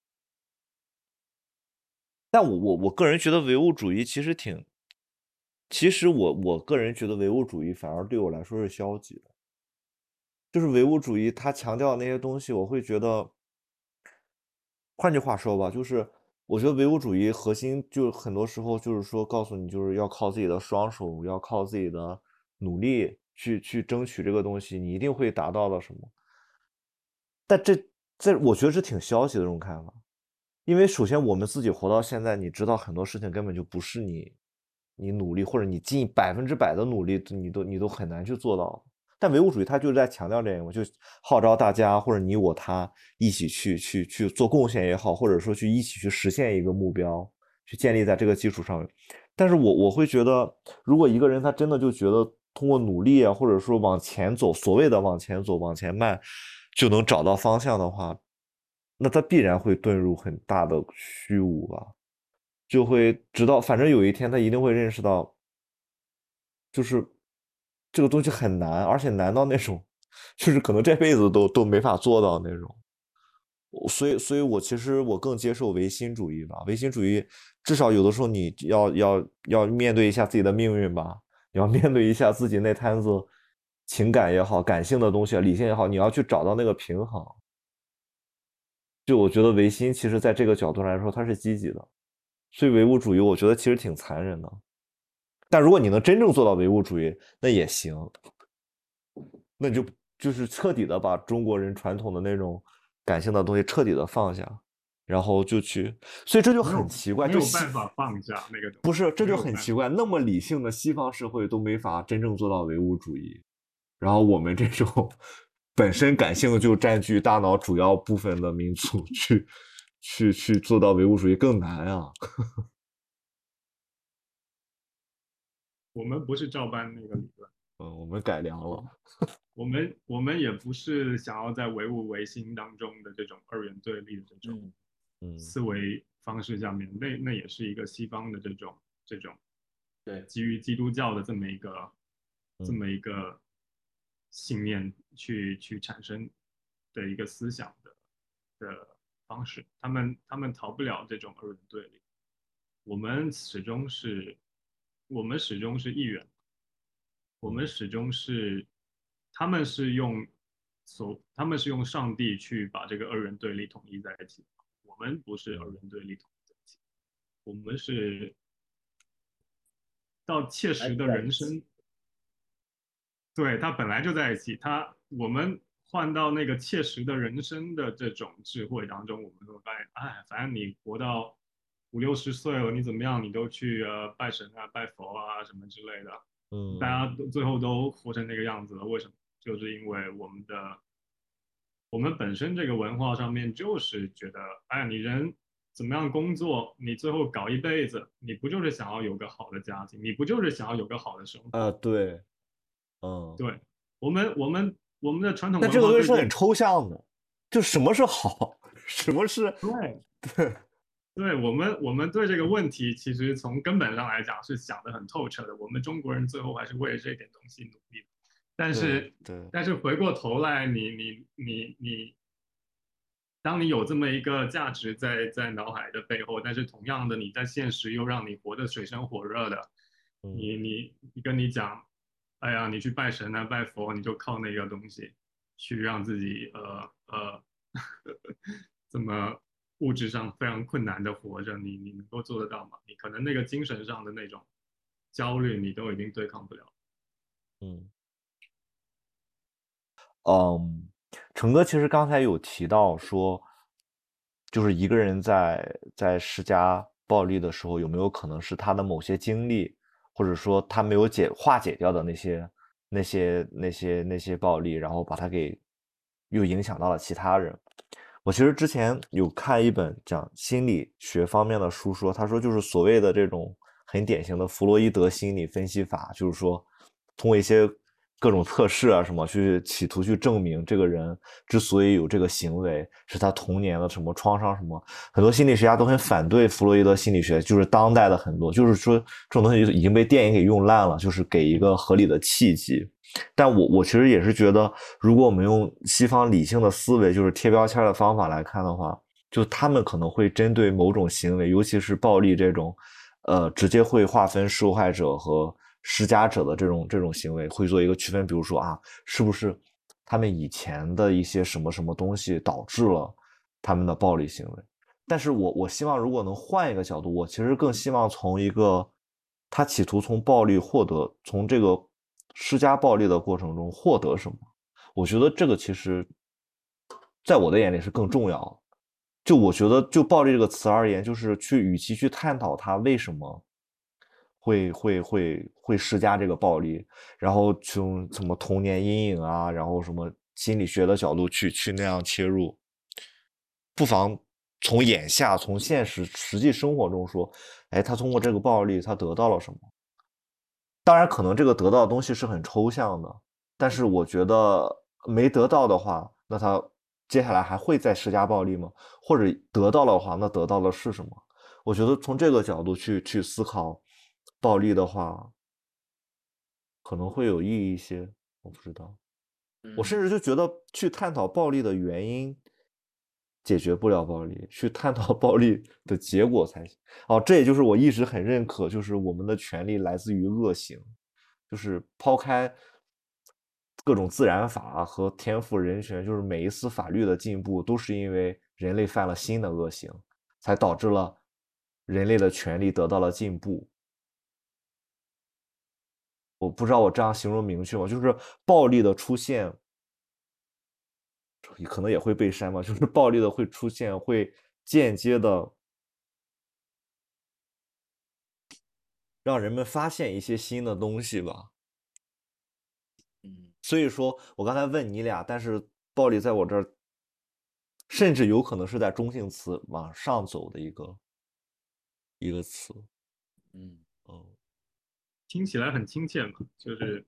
但我个人觉得唯物主义其实我个人觉得唯物主义反而对我来说是消极的。就是唯物主义它强调的那些东西，我会觉得，换句话说吧，就是我觉得唯物主义核心就很多时候就是说告诉你，就是要靠自己的双手，要靠自己的努力去争取这个东西，你一定会达到的什么。但我觉得是挺消极的这种看法，因为首先我们自己活到现在，你知道很多事情根本就不是你努力或者你尽100%的努力，你都很难去做到。但唯物主义它就是在强调这个，就号召大家或者你我他一起去做贡献也好，或者说一起去实现一个目标，去建立在这个基础上。但是我会觉得，如果一个人他真的就觉得通过努力啊，或者说往前走，所谓的往前走、往前迈，就能找到方向的话，那他必然会遁入很大的虚无吧。就会直到反正有一天他一定会认识到，就是这个东西很难，而且难到那种，就是可能这辈子都没法做到那种。所以我其实我更接受唯心主义吧。唯心主义至少有的时候你要面对一下自己的命运吧，你要面对一下自己那摊子情感也好，感性的东西啊，理性也好，你要去找到那个平衡。就我觉得唯心其实在这个角度来说，它是积极的。所以唯物主义，我觉得其实挺残忍的。但如果你能真正做到唯物主义，那也行。那你就是彻底的把中国人传统的那种感性的东西彻底的放下，然后就去，所以这就很奇怪， 没有办法放下那个东西。 不是，这就很奇怪，那么理性的西方社会都没法真正做到唯物主义， 然后我们这种本身感性就占据大脑主要部分的民族去做到唯物主义更难啊。 我们不是照搬那个理论， 我们改良了。 我们也不是想要在唯物唯心当中的这种二元对立的这种思维方式下面，那也是一个西方的这种对， 基于基督教的这么一个信念去产生的一个思想的方式，他们逃不了这种二元对立。我们始终是，我们始终是一元，我们始终是，他们是用他们是用上帝去把这个二元对立统一在一起，我们不是二元对立统一在一起，我们是到切实的人生，对，他本来就在一起，我们换到那个切实的人生的这种智慧当中，我们会发现，哎，反正你活到50、60岁了，你怎么样，你都去拜神啊、拜佛啊什么之类的，大家最后都活成那个样子了，为什么？就是因为我们本身这个文化上面就是觉得，哎，你人怎么样工作，你最后搞一辈子，你不就是想要有个好的家庭，你不就是想要有个好的生活？ 对， 对，我们的传统但这文化对这个东西是很抽象的，就什么是好，什么是对对对我们对这个问题，其实从根本上来讲是想得很透彻的。我们中国人最后还是为了这点东西努力的。但对是对， 但是回过头来，当你有这么一个价值在脑海的背后，但是同样的你在现实又让你活得水深火热的，你跟你讲，哎呀，你去拜神啊拜佛，你就靠那个东西去让自己这么物质上非常困难的活着，你能够做得到吗？你可能那个精神上的那种焦虑，你都已经对抗不了。 嗯。嗯，成哥其实刚才有提到说，就是一个人在施加暴力的时候，有没有可能是他的某些经历，或者说他没有化解掉的那些暴力，然后把他给又影响到了其他人。我其实之前有看一本讲心理学方面的书说，他说就是所谓的这种很典型的弗洛伊德心理分析法，就是说通过一些各种测试啊什么，去企图去证明这个人之所以有这个行为，是他童年的什么创伤什么。很多心理学家都很反对弗洛伊德心理学，就是当代的很多，就是说这种东西已经被电影给用烂了，就是给一个合理的契机。但我其实也是觉得，如果我们用西方理性的思维，就是贴标签的方法来看的话，就他们可能会针对某种行为，尤其是暴力这种，直接会划分受害者和施加者的这种行为，会做一个区分。比如说啊，是不是他们以前的一些什么什么东西导致了他们的暴力行为？但是我希望，如果能换一个角度，我其实更希望从一个他企图从暴力获得，从这个施加暴力的过程中获得什么。我觉得这个其实，在我的眼里是更重要的。就我觉得，就暴力这个词而言，就是与其去探讨他为什么会施加这个暴力，然后从什么童年阴影啊，然后什么心理学的角度去那样切入，不妨从眼下，从现实实际生活中说，哎，他通过这个暴力，他得到了什么？当然，可能这个得到的东西是很抽象的，但是我觉得没得到的话，那他接下来还会再施加暴力吗？或者得到的话，那得到的是什么？我觉得从这个角度去思考暴力的话，可能会有意义一些。我不知道，我甚至就觉得去探讨暴力的原因，解决不了暴力，去探讨暴力的结果才行。哦，这也就是我一直很认可，就是我们的权利来自于恶行，就是抛开各种自然法和天赋人权，就是每一次法律的进步，都是因为人类犯了新的恶行，才导致了人类的权利得到了进步。我不知道我这样形容明确吗？就是暴力的出现，可能也会被删嘛，就是暴力的会出现，会间接的让人们发现一些新的东西吧。 所以说我刚才问你俩，但是暴力在我这儿，甚至有可能是在中性词往上走的一个词。 嗯嗯， 听起来很亲切嘛，就是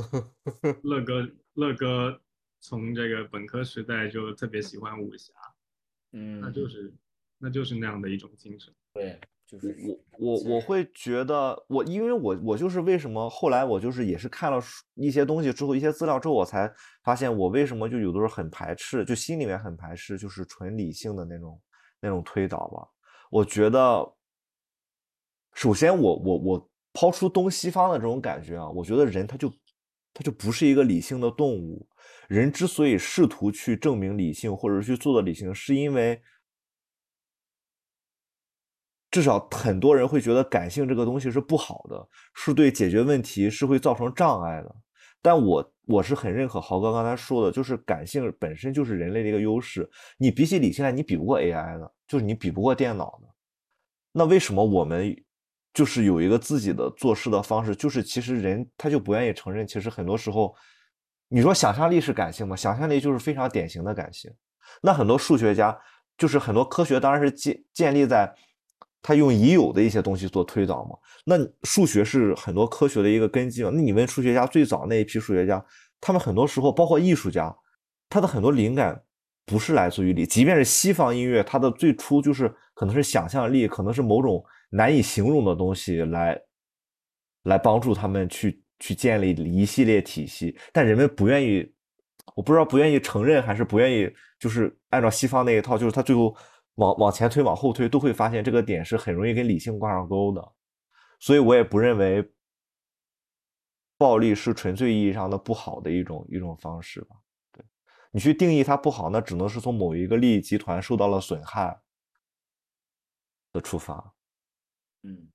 乐哥从这个本科时代就特别喜欢武侠，那就嗯， 是那就是那样的一种精神。 对，就是我会觉得因为我就是为什么后来我就是也是看了一些东西之后，一些资料之后，我才发现我为什么就有的时候很排斥，就心里面很排斥，就是纯理性的那种推导吧。我觉得，首先我抛出东西方的这种感觉啊，我觉得人他就不是一个理性的动物。人之所以试图去证明理性或者去做的理性，是因为至少很多人会觉得感性这个东西是不好的，是对解决问题是会造成障碍的。但我是很认可豪哥刚才说的，就是感性本身就是人类的一个优势。你比起理性来，你比不过 AI 的，就是你比不过电脑的。那为什么我们就是有一个自己的做事的方式？就是其实人他就不愿意承认，其实很多时候，你说想象力是感性吗？想象力就是非常典型的感性。那很多数学家，就是很多科学当然是建立在他用已有的一些东西做推导嘛。那数学是很多科学的一个根基嘛。那你问数学家最早那一批数学家，他们很多时候包括艺术家，他的很多灵感不是来自于理，即便是西方音乐，它的最初就是可能是想象力，可能是某种难以形容的东西来帮助他们去建立一系列体系，但人们不愿意，我不知道不愿意承认还是不愿意，就是按照西方那一套，就是他最后往前推往后推，都会发现这个点是很容易跟理性挂上钩的，所以我也不认为暴力是纯粹意义上的不好的一种方式吧。对，你去定义它不好，那只能是从某一个利益集团受到了损害的出发。 嗯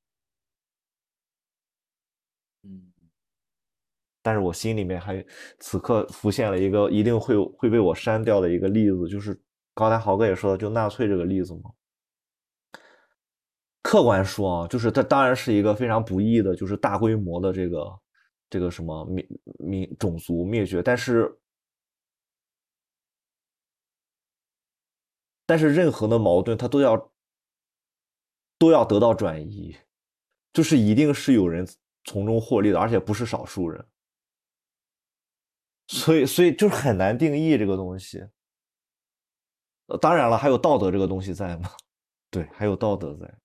嗯但是我心里面还此刻浮现了一个一定会被我删掉的一个例子，就是刚才豪哥也说了，就纳粹这个例子嘛。客观说啊，就是它当然是一个非常不义的，就是大规模的这个什么种族灭绝，但是任何的矛盾它都要得到转移，就是一定是有人从中获利的，而且不是少数人，所以就是很难定义这个东西。当然了，还有道德这个东西在嘛？对，还有道德在。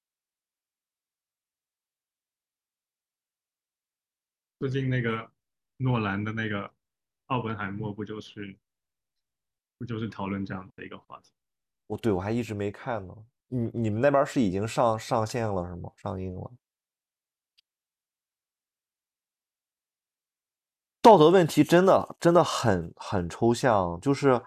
最近那个诺兰的那个奥本海默不就是讨论这样的一个话题？ 我还一直没看呢。你们那边是已经上线了是吗？上映了？道德问题真的很抽象，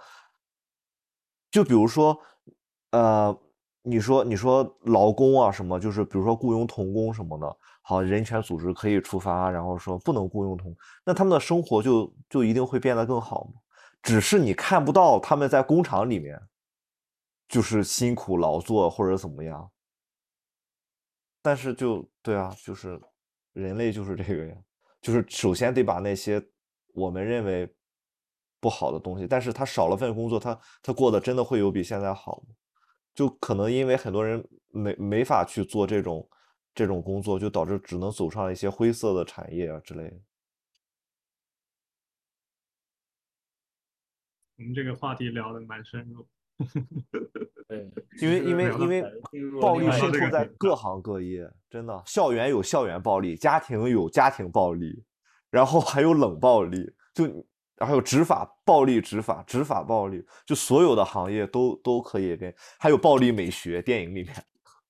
就比如说，呃，你说劳工啊什么，就是比如说雇佣童工什么的，好，人权组织可以出发，然后说不能雇佣童，那他们的生活就一定会变得更好吗？只是你看不到他们在工厂里面就是辛苦劳作或者怎么样，但是对啊，就是人类就是这个呀，就是首先得把那些我们认为不好的东西，但是他少了份工作，他过得真的会有比现在好吗？就可能因为很多人没法去做这种工作，就导致只能走上一些灰色的产业啊之类的。 我们这个话题聊得蛮深入， 对， 因为因为聊到因为感觉进入了暴力另外一个聊到这渗透在个点上， 各行各业，真的，校园有校园暴力，家庭有家庭暴力，然后还有冷暴力，还有执法暴力、执法暴力，就所有的行业都可以还有暴力美学，电影里面。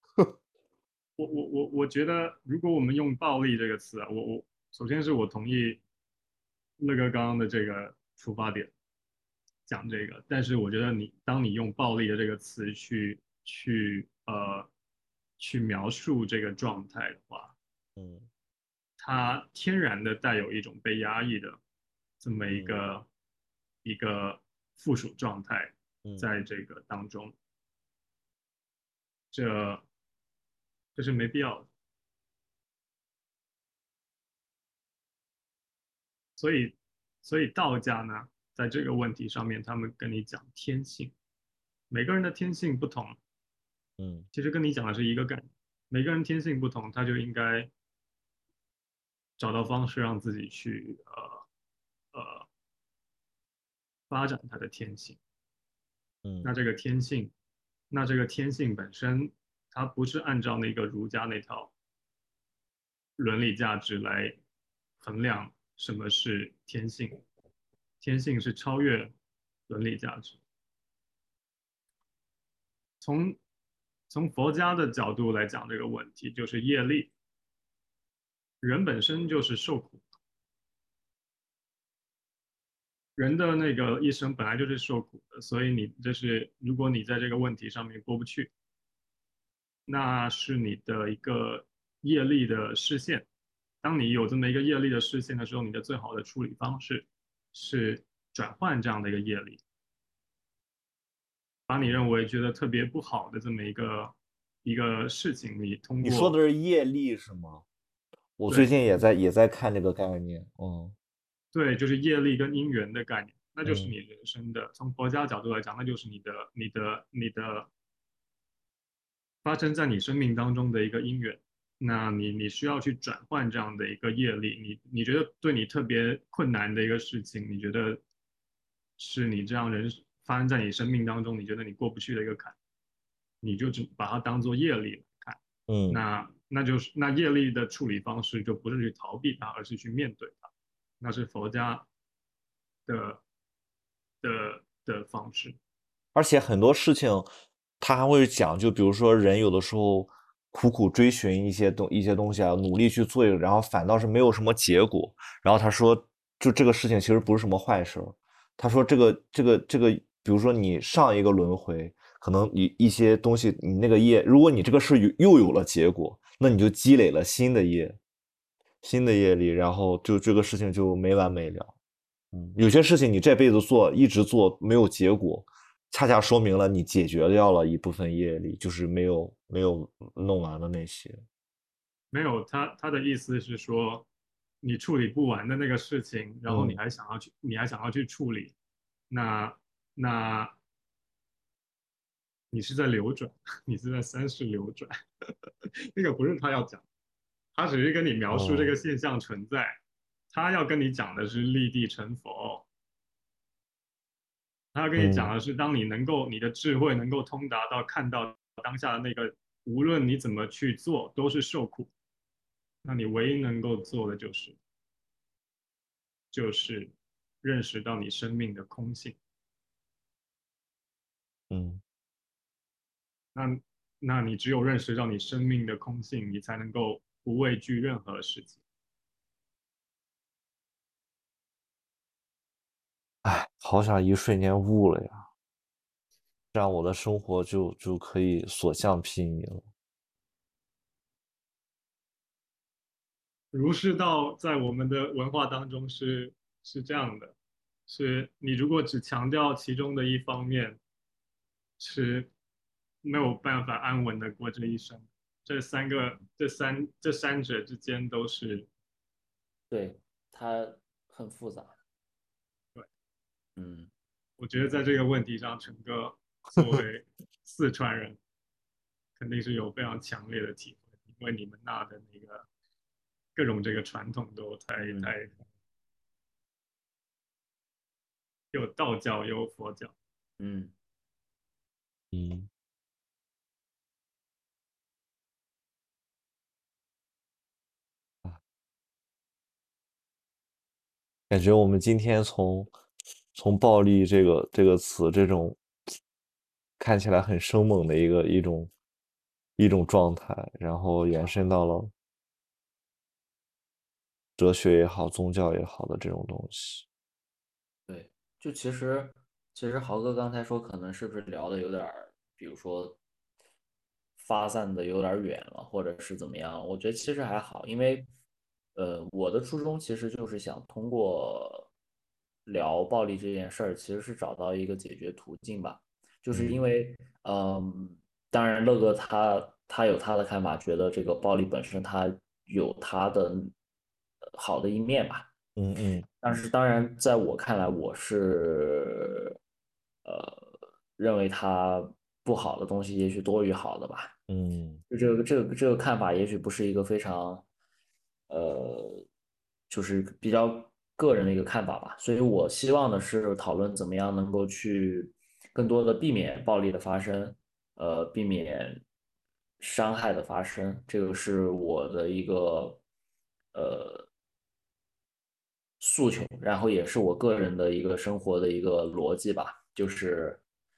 我觉得，如果我们用暴力这个词啊，我首先是我同意乐哥刚刚的这个出发点讲这个，但是我觉得当你用暴力的这个词去描述这个状态的话， 嗯它天然的带有一种被压抑的这么一嗯个一个附属状态嗯在这个当中，这这是没必要的。所以， 所以道家呢，在这个问题上面，他们跟你讲天性，每个人的天性不同， 嗯其实跟你讲的是一个概念，每个人天性不同，他就应该找到方式让自己去发展他的天性。那嗯这个天性，那这个天性本身，它不是按照那个儒家那套伦理价值来衡量什么是天性，天性是超越伦理价值。从从佛家的角度来讲这个问题，就是业力，人本身就是受苦，人的那个一生本来就是受苦的，所以你这是如果你在这个问题上面过不去，那是你的一个业力的视线。当你有这么一个业力的视线的时候，你的最好的处理方式是转换这样的一个业力，把你认为觉得特别不好的这么一个事情，你通你说的过是业力是吗？我最对近也在看这个概念。嗯对，就是业力跟因缘的概念，那就是嗯你人生的，从佛家角度来讲，那就是你的发生在你生命当中的一个因缘。那你需要去转换这样的一个业力，你觉得对你特别困难的一个事情，你觉得是你这样人发生在你生命当中，你觉得你过不去的一个坎，你就只把它当做业力来看。 嗯那业力的处理方式就不是去逃避它，而是去面对它，那是佛家的的方式。 而且很多事情他还会讲，就比如说人有的时候苦苦追寻一些东西啊，努力去做，然后反倒是没有什么结果。然后他说，就这个事情其实不是什么坏事。他说这个，比如说你上一个轮回，可能你一些东西，你那个业，如果你这个事又有了结果，那你就积累了新的业力，然后就这个事情就没完没了。有些事情你这辈子做，一直做没有结果，恰恰说明了你解决掉了一部分业力，就是没有弄完的那些。 没有，他的意思是说，你处理不完的那个事情，然后嗯你还想要去处理，那你是在流转，你是在三世流转，那个不是他要讲，他只是跟你描述这个哦现象存在，他要跟你讲的是立地成佛，他要跟你讲嗯的是，当你能够你的智慧能够通达到看到当下的那个，无论你怎么去做都是受苦，那你唯一能够做的就是认识到你生命的空性。 嗯， 那那你只有认识到你生命的空性，你才能够不畏惧任何事情。 哎，好想一瞬间悟了呀，这样我的生活就可以所向披靡了。 儒释道在我们的文化当中是这样的，是你如果只强调其中的一方面，是没有办法安稳的过这一生。这三者之间都是对，它很复杂。 对。 嗯我觉得在这个问题上，陈哥作为四川人，肯定是有非常强烈的体会，因为你们那的那个各种这个传统都嗯有道教，也有佛教。 嗯， 嗯，感觉我们今天从暴力这个词这种看起来很生猛的一种状态，然后延伸到了哲学也好，宗教也好的这种东西。 对，就其实豪哥刚才说，可能是不是聊的有点儿，比如说发散的有点儿远了，或者是怎么样？我觉得其实还好，因为我的初衷其实就是想通过聊暴力这件事儿，其实是找到一个解决途径吧。就是因嗯为，当然乐哥他有他的看法，觉得这个暴力本身它有它的好的一面吧。 嗯嗯但是当然，在我看来，我是认为它不好的东西也许多于好的吧。 嗯就这个看法，也许不是一个非常就是比较个人的一个看法吧。所以我希望的是讨论怎么样能够去更多的避免暴力的发生，避免伤害的发生，这个是我的一个诉求，然后也是我个人的一个生活的一个逻辑吧，就是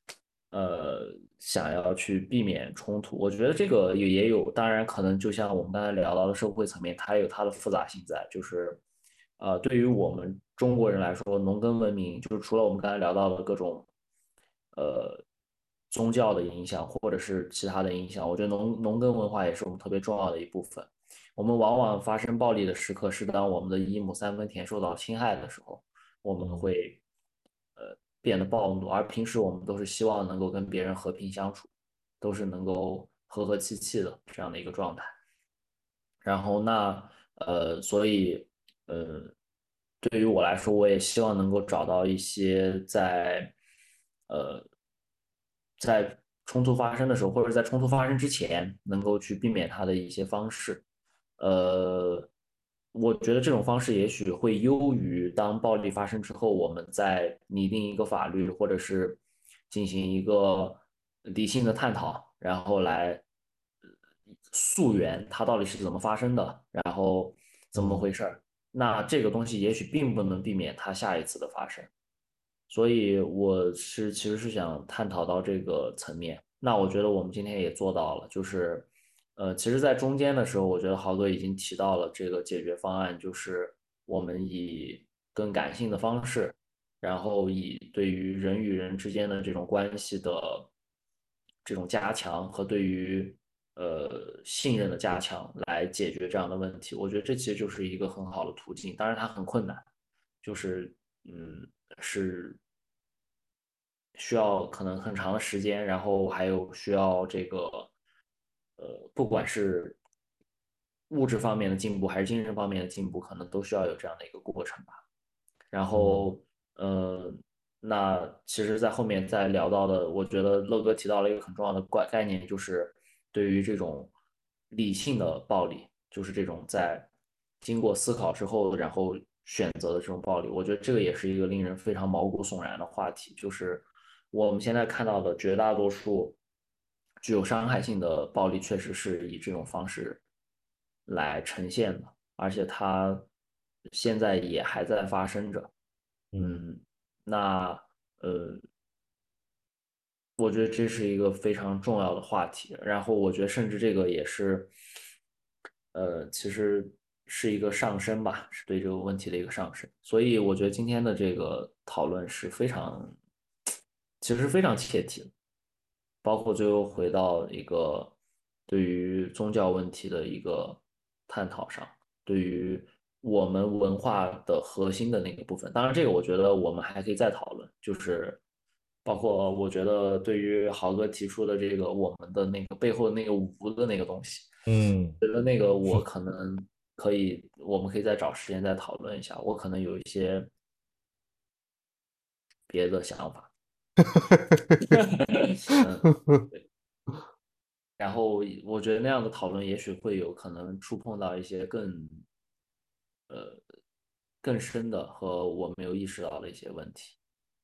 想要去避免冲突。我觉得这个也有，当然可能就像我们刚才聊到的社会层面，它有它的复杂性在，就是对于我们中国人来说，农耕文明就是除了我们刚才聊到的各种呃宗教的影响或者是其他的影响，我觉得农耕文化也是我们特别重要的一部分。我们往往发生暴力的时刻是当我们的一亩三分田受到侵害的时候，我们嗯会变得暴怒，而平时我们都是希望能够跟别人和平相处，都是能够和和气气的这样的一个状态。然后所以呃，对于我来说，我也希望能够找到一些呃在冲突发生的时候，或者在冲突发生之前，能够去避免它的一些方式。呃，我觉得这种方式也许会优于当暴力发生之后，我们再拟定一个法律，或者是进行一个理性的探讨，然后来溯源它到底是怎么发生的，然后怎么嗯回事儿。那这个东西也许并不能避免它下一次的发生。所以其实是想探讨到这个层面。那我觉得我们今天也做到了，就是其实，在中间的时候，我觉得豪哥已经提到了这个解决方案，就是我们以更感性的方式，然后以对于人与人之间的这种关系的这种加强和对于信任的加强来解决这样的问题。我觉得这其实就是一个很好的途径，当然它很困难，就是是需要可能很长的时间，然后还有需要这个不管是物质方面的进步还是精神方面的进步，可能都需要有这样的一个过程吧。然嗯后，呃，那其实，在后面再聊到的，我觉得乐哥提到了一个很重要的概念，就是对于这种理性的暴力，就是这种在经过思考之后，然后选择的这种暴力，我觉得这个也是一个令人非常毛骨悚然的话题，就是我们现在看到的绝大多数具有伤害性的暴力，确实是以这种方式来呈现的。而且它现在也还在发生着。 嗯嗯，那我觉得这是一个非常重要的话题。然后我觉得甚至这个也是，其实是一个上升吧，是对这个问题的一个上升。所以我觉得今天的这个讨论是非常，其实非常切题的。包括最后回到一个对于宗教问题的一个探讨上，对于我们文化的核心的那个部分。当然，这个我觉得我们还可以再讨论，就是包括我觉得对于豪哥提出的这个我们的那个背后的那个无的那个东西， 嗯， 觉得那个我可能可以，我们可以再找时间再讨论一下。我可能有一些别的想法。嗯，对。然后我觉得那样的讨论也许会有可能触碰到一些更深的和我没有意识到的一些问题。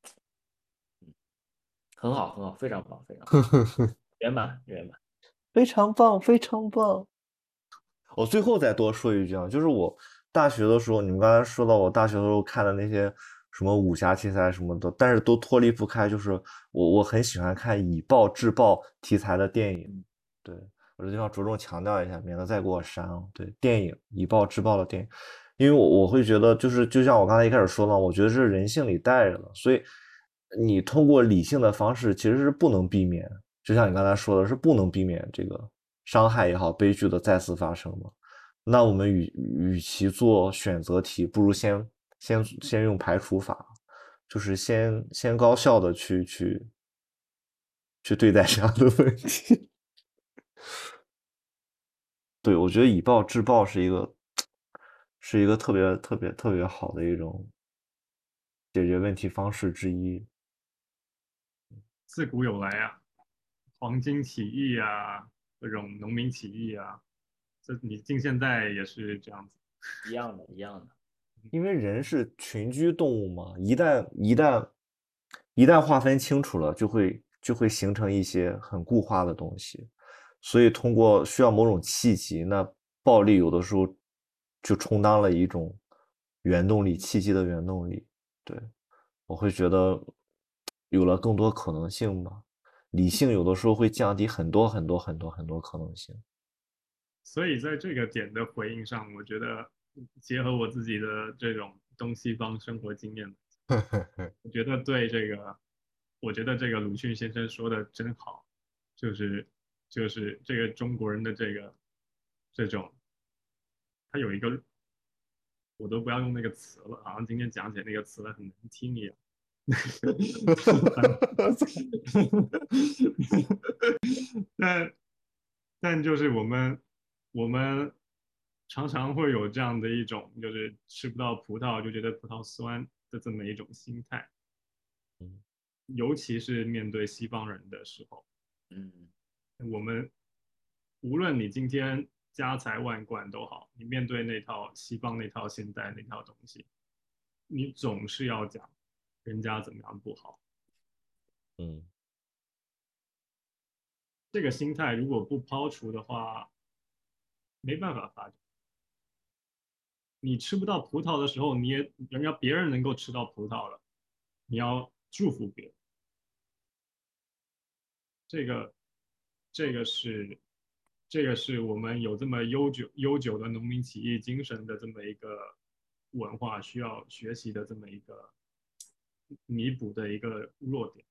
很好，很好，非常棒，非常棒，圆满，圆满。 非常棒，非常棒。我最后再多说一句啊，就是我大学的时候，你们刚才说到我大学的时候看的那些什么武侠题材什么的，但是都脱离不开，就是我很喜欢看以暴制暴题材的电影。 嗯对，我这地方着重强调一下，免得再给我删了。对，电影以暴制暴的电影，因为我会觉得，就像我刚才一开始说的，我觉得是人性里带着的，所以你通过理性的方式其实是不能避免，就像你刚才说的，是不能避免这个伤害也好，悲剧的再次发生的。那我们与其做选择题，不如先用排除法，就是先高效的去对待这样的问题。对，我觉得以暴制暴是一个特别好的一种解决问题方式之一。 自古有来啊，黄巾起义啊，各种农民起义啊，这你近现代也是这样子。 一样的，一样的。 因为人是群居动物嘛，一旦划分清楚了，就会形成一些很固化的东西，所以通过需要某种契机，那暴力有的时候就充当了一种原动力，契机的原动力。对，我会觉得有了更多可能性吧，理性有的时候会降低很多很多很多很多可能性。 所以在这个点的回应上，我觉得结合我自己的这种东西方生活经验，我觉得对这个，我觉得这个鲁迅先生说的真好，就是就是这个中国人的这种，他有一个我都不要用那个词了，好像今天讲起来那个词很难听一样。但但就是我们常常会有这样的一种，就是吃不到葡萄就觉得葡萄酸的这么一种心态， 嗯尤其是面对西方人的时候， 嗯我们无论你今天家财万贯都好，你面对那套西方那套现代那套东西，你总是要讲人家怎么样不好。 嗯这个心态如果不抛除的话，没办法发展。你吃不到葡萄的时候，你也人家别人能够吃到葡萄了，你要祝福别人。这个这个是这个是我们有这么悠久的农民起义精神的这么一个文化需要学习的这么一个弥补的一个弱点。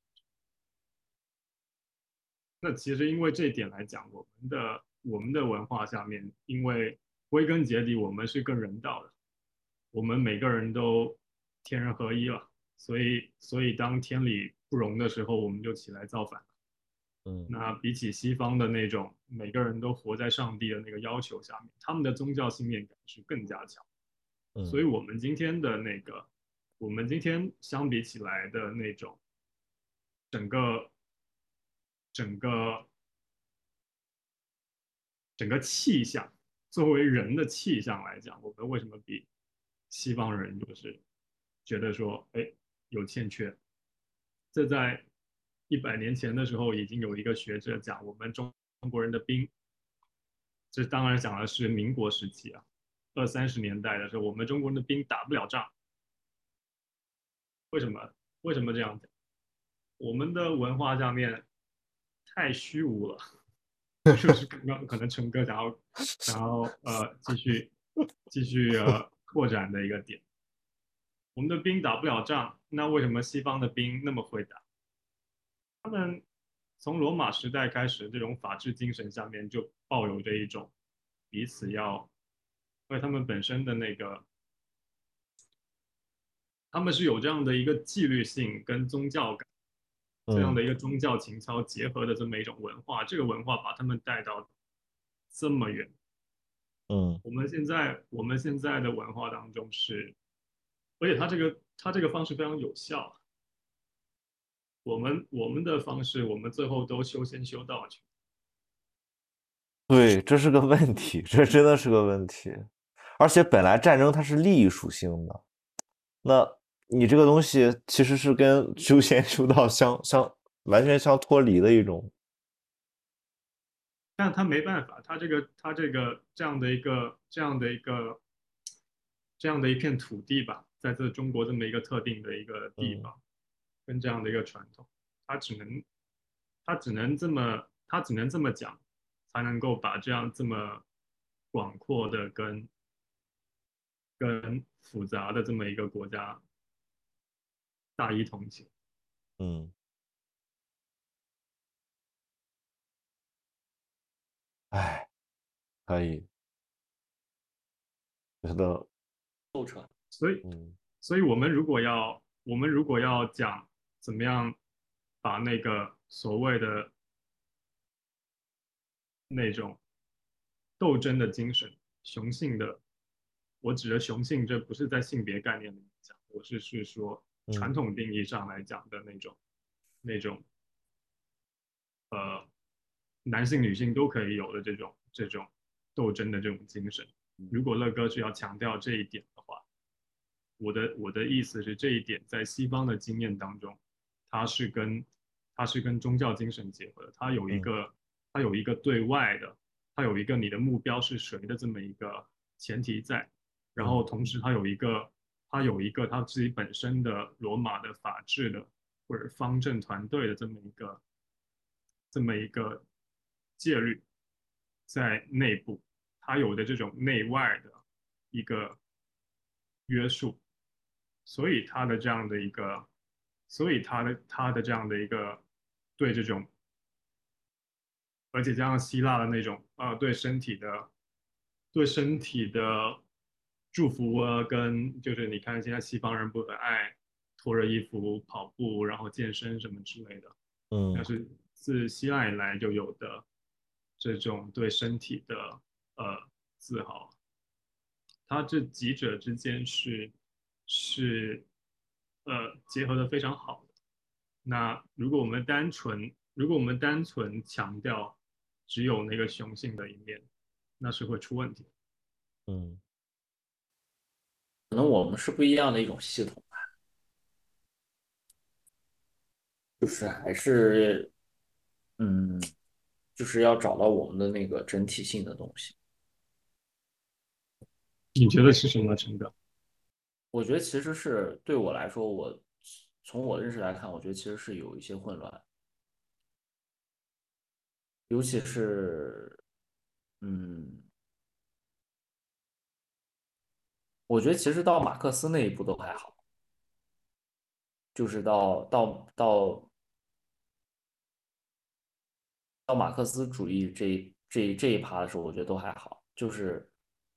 那其实因为这一点来讲，我们的文化下面，因为归根结底我们是更人道的，我们每个人都天人合一了，所以当天理不容的时候，我们就起来造反。 嗯那比起西方的那种每个人都活在上帝的那个要求下面，他们的宗教信念感是更加强。所以嗯我们今天相比起来的那种整个整个气象，作为人的气象来讲，我们为什么比西方人就是觉得说，哎，有欠缺？这在100年前的时候，已经有一个学者讲，我们中国人的兵，这当然讲的是民国时期啊，20、30年代的时候，我们中国人的兵打不了仗，为什么？为什么这样讲？我们的文化下面太虚无了。这就是刚刚可能陈哥想要继续拓展的一个点。我们的兵打不了仗，那为什么西方的兵那么会打？他们从罗马时代开始，这种法治精神下面就抱有着一种彼此要，因为他们本身的那个，他们是有这样的一个纪律性跟宗教感，这样嗯的一个宗教情操结合的这么一种文化，这个文化把他们带到这么远。 嗯我们现在的文化当中是，而且它这个方式非常有效。我们的方式，我们最后都修仙修道去。 对，这是个问题，这真的是个问题。而且本来战争它是利益属性的，那你这个东西其实是跟修仙修道完全相脱离的一种。 但他没办法，他这个这样的一片土地吧，在这中国这么一个特定的一个地嗯方，跟这样的一个传统，他只能他只能这么讲，才能够把这样这么广阔的跟复杂的这么一个国家大一统起。 嗯，哎，可以，觉得透彻。 所以， 嗯所以我们如果要讲怎么样把那个所谓的那种斗争的精神、雄性的，我指的雄性，这不是在性别概念里面讲，我是说传统定义上来讲的那种男性女性都可以有的这种斗争的这种精神。如果乐哥是要强调这一点的话，我的意思是这一点在西方的经验当中，它是跟宗教精神结合的，它有一个对外的，它有一个你的目标是谁的这么一个前提在，然后同时它有一个它自己本身的罗马的法治的或者方阵团队的这么一个戒律在内部，它有的这种内外的一个约束，所以它的这样的一个，所以它的这样的一个对这种，而且加上希腊的那种对身体的祝福啊，跟就是你看现在西方人不很爱脱热衣服跑步，然后健身什么之类的，那是自希腊以来就有的这种对身体的自豪。它这几者之间是结合的非常好的。那如果我们单纯强调只有那个雄性的一面，那是会出问题。 嗯， 可能我们是不一样的一种系统吧，就是还是嗯，就是要找到我们的那个整体性的东西。 你觉得是什么成长？ 我觉得其实是对我来说，我从我的认识来看，我觉得其实是有一些混乱，尤其是嗯，我觉得其实到马克思那一步都还好，就是到马克思主义这一趴的时候，我觉得都还好。就是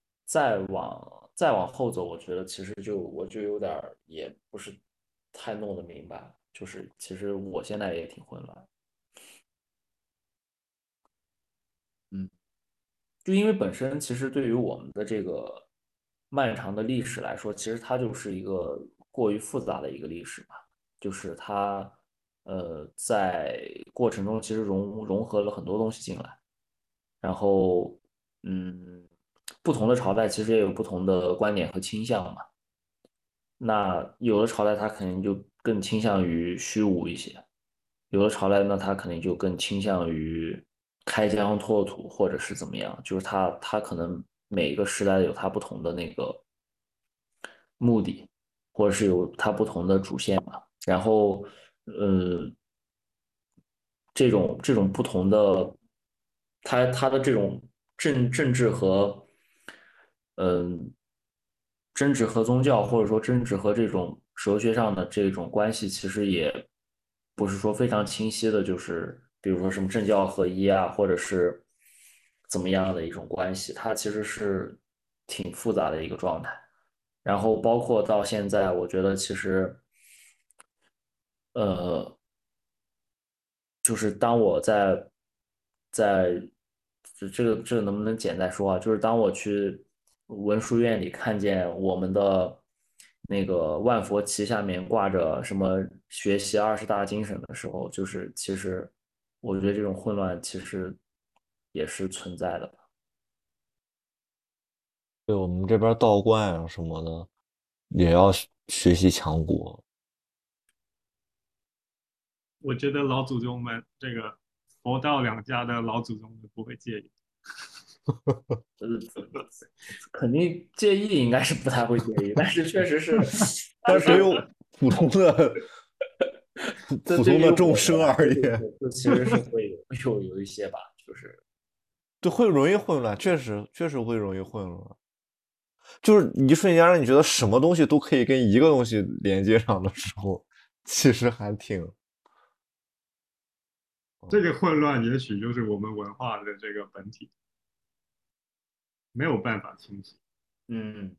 再往后走，我觉得其实我就有点儿也不是太弄得明白，就是其实我现在也挺混乱。嗯，就因为本身其实对于我们的这个漫长的历史来说，其实它就是一个过于复杂的一个历史嘛，就是它在过程中其实融合了很多东西进来。然后，嗯，不同的朝代其实也有不同的观点和倾向嘛。那有的朝代它肯定就更倾向于虚无一些，有的朝代呢它肯定就更倾向于开疆拓土或者是怎么样，就是它可能每一个时代有它不同的那个目的，或者是有它不同的主线嘛。然后，呃，这种不同的，它的这种政治和嗯政治和宗教，或者说政治和这种哲学上的这种关系，其实也不是说非常清晰的，就是比如说什么政教合一啊，或者是怎么样的一种关系，它其实是挺复杂的一个状态。然后包括到现在，我觉得其实。呃，就是当我在这个能不能简单说啊？就是当我去文殊院里看见我们的那个万佛旗下面挂着什么学习20大精神的时候，就是其实我觉得这种混乱其实也是存在的吧。 对我们这边道观啊什么的，也要学习强国。 我觉得老祖宗们这个佛道两家的老祖宗们不会介意。 肯定介意应该是不太会介意，但是确实是， 但是对于普通的普这对普通的众于我们生而来说，就言， 是就其实是会有一些吧，就是就会容易混乱，确实会容易混乱。就是一瞬间让你觉得什么东西都可以跟一个东西连接上的时候，其实还挺， 这个混乱也许就是我们文化的这个本体，没有办法清晰， 嗯。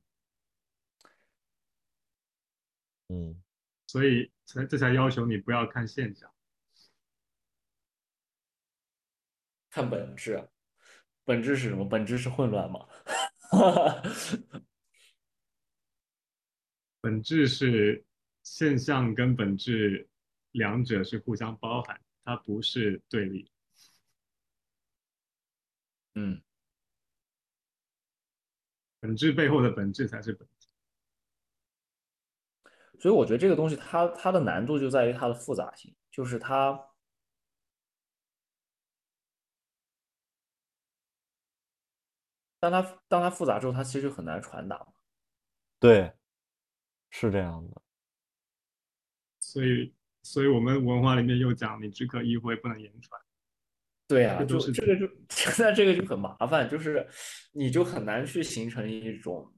嗯， 所以这才要求你不要看现象。 看本质啊，本质是什么？本质是混乱嘛。 本质是现象跟本质两者是互相包含，它不是对立。 嗯， 本质背后的本质才是本质。 所以我觉得这个东西它的难度就在于它的复杂性，就是当它复杂之后，它其实很难传达嘛。 对，是这样的。 所以，所以我们文化里面又讲，你只可意会，不能言传， 对啊， 这都是就这个就现在这个就很麻烦，就是你就很难去形成一种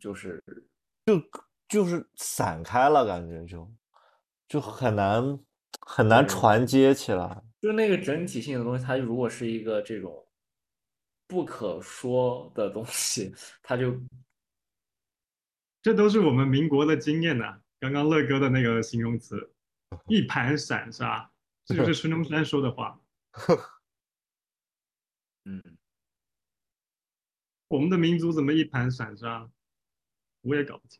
就是散开了，感觉就很难对， 传接起来。 就那个整体性的东西，它如果是一个这种不可说的东西，它就这都是我们民国的经验呐、刚刚乐哥的那个形容词，一盘散沙，这就是孙中山说的话。 嗯， 我们的民族怎么一盘散沙？我也搞不清。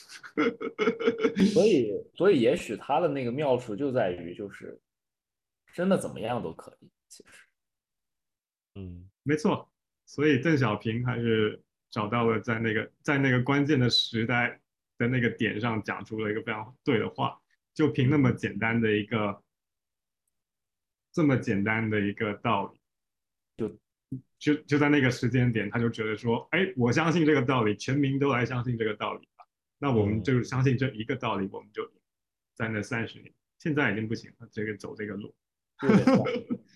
所以也许它的那个妙处就在于就是真的怎么样都可以，其实。 嗯没错，所以邓小平还是找到了在那个关键的时代的那个点上讲出了一个非常对的话，就凭那么嗯， 简单的一个这么简单的一个道理， 就就在那个时间点，他就觉得说，哎，我相信这个道理，全民都来相信这个道理吧，那我们嗯就相信这一个道理，我们就在那30年，现在已经不行了，这个走这个路。 有点慌，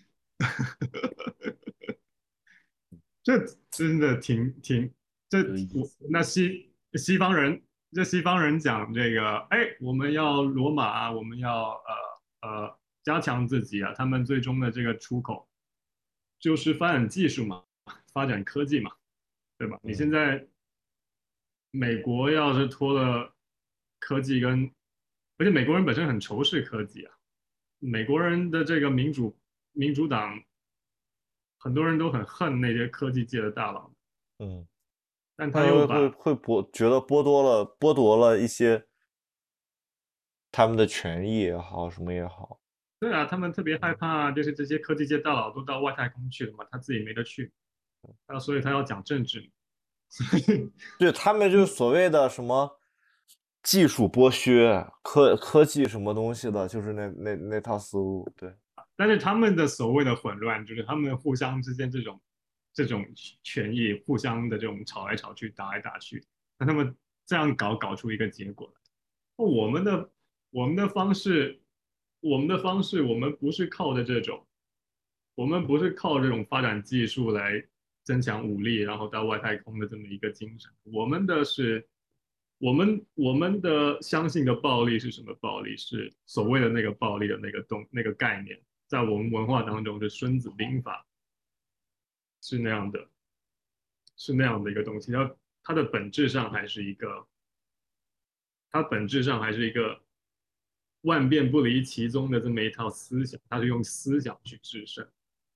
这真的挺这我有意思。 那西方人西方人讲这个，哎，我们要罗马啊，我们要加强自己啊，他们最终的这个出口就是发展技术嘛，发展科技嘛，对吧？你现嗯在美国要是拖了科技而且美国人本身很仇视科技啊，美国人的这个民主党很多人都很恨那些科技界的大佬。 嗯， 但他他们会又把， 会觉得剥夺了一些他们的权益也好，什么也好。 对啊，他们特别害怕，就是这些科技界大佬都到外太空去了嘛，他自己没得去，所以他要讲政治，所以， 对，他们就是所谓的什么技术剥削、科技什么东西的，就是那套思路。对， 但是他们的所谓的混乱，就是他们互相之间这种权益互相的这种吵来吵去、打来打去，那他们这样搞出一个结果来。我们的我们的方式，我们不是靠着这种，我们不是靠这种发展技术来增强武力，然后到外太空的这么一个精神。我们的是，我们的相信的暴力是什么暴力？是所谓的那个暴力的那个概念，在我们文化当中是《孙子兵法》，是那样的，是那样的一个东西。它的本质上还是一个，它本质上还是一个万变不离其宗的这么一套思想，它是用思想去制胜。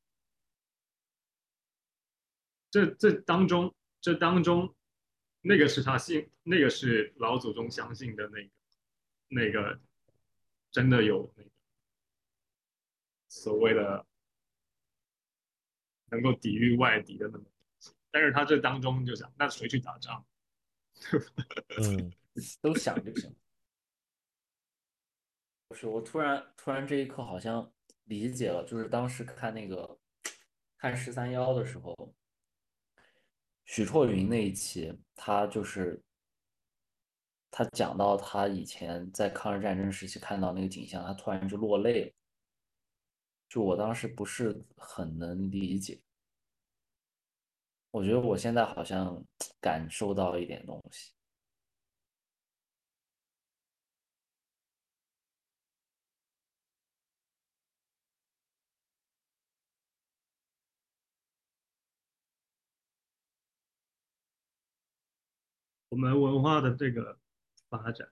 这当中，那个是那个是老祖宗相信的那个真的有那个所谓的能够抵御外敌的那么东西，但是他这当中就想，那谁去打仗？ 嗯都想就行。不是，我突然这一刻好像理解了，就是当时看那个看13邀的时候，许绰云那一期，他讲到他以前在抗日战争时期看到那个景象，他突然就落泪了。就我当时不是很能理解，我觉得我现在好像感受到一点东西。 我们文化的这个发展，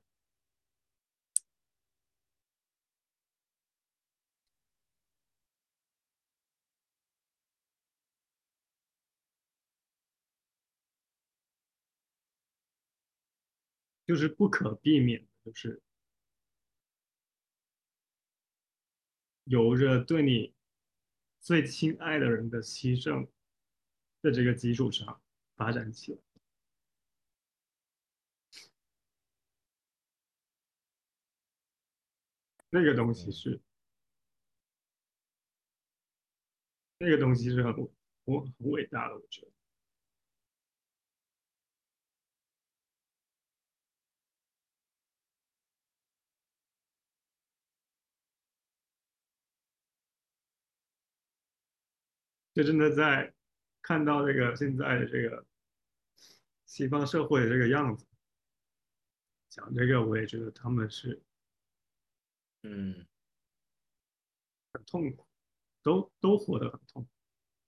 就是不可避免的，就是由着对你最亲爱的人的牺牲的这个基础上发展起来。那个东西嗯是那个东西是很伟大的，我觉得。就真的在看到这个现在的这个西方社会的这个样子，讲这个我也觉得他们是嗯， 很痛苦，都活得很痛苦。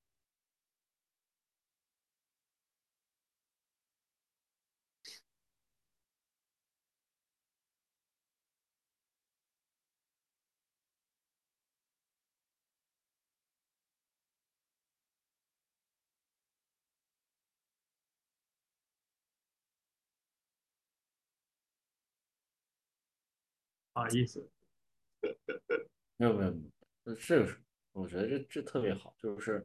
不好意思。 没有没有没有，这个是我觉得这特别好，就是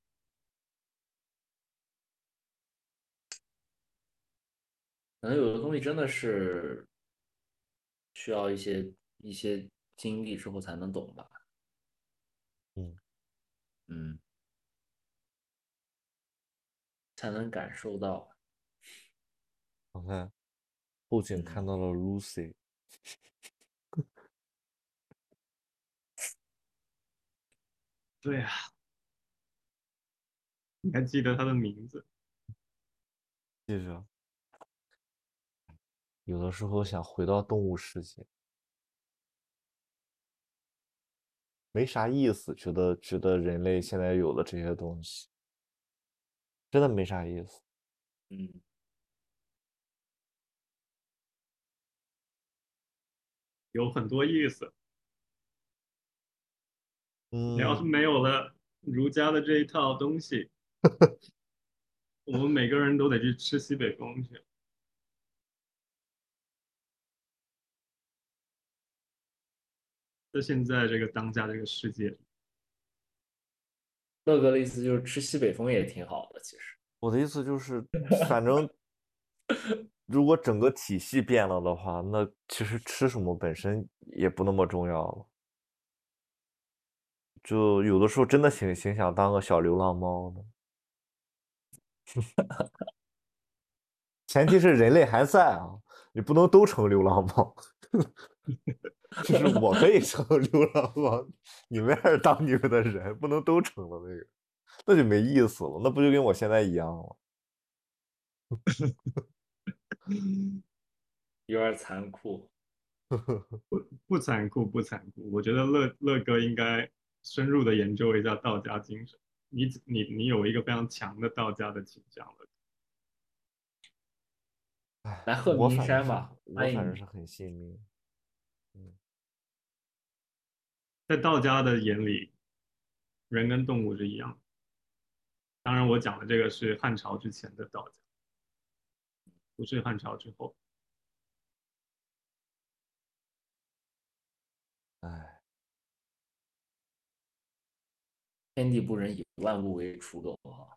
可能有的东西真的是需要一些经历之后才能懂吧。 嗯， 嗯，才能感受到。 我看后景看嗯， 到了 Lucy， 对啊，你还记得他的名字？ 记着，有的时候想回到动物世界，没啥意思，觉得人类现在有的这些东西，真的没啥意思。 嗯， 有很多意思。你要是嗯， 没有了儒家的这一套东西，我们每个人都得去吃西北风去。在现在这个当下这个世界， 乐哥的意思就是吃西北风也挺好的，其实。 我的意思就是，反正如果整个体系变了的话，那其实吃什么本身也不那么重要了。就有的时候真的挺想当个小流浪猫的，前提是人类还在啊，你不能都成流浪猫。就是我可以成流浪猫，你们还是当你们的人，不能都成了那个，那就没意思了，那不就跟我现在一样了？ 有点残酷。 不残酷不残酷。我觉得乐哥应该深入的研究一下道家精神。你有一个非常强的道家的倾向了。 哎， 来鹤鸣山吧， 我欢迎你。 反正是很信命，嗯， 在道家的眼里，人跟动物是一样的。当然，我讲的这个是汉朝之前的道家，不是汉朝之后。 哎， 天地不仁，以万物为刍狗哈。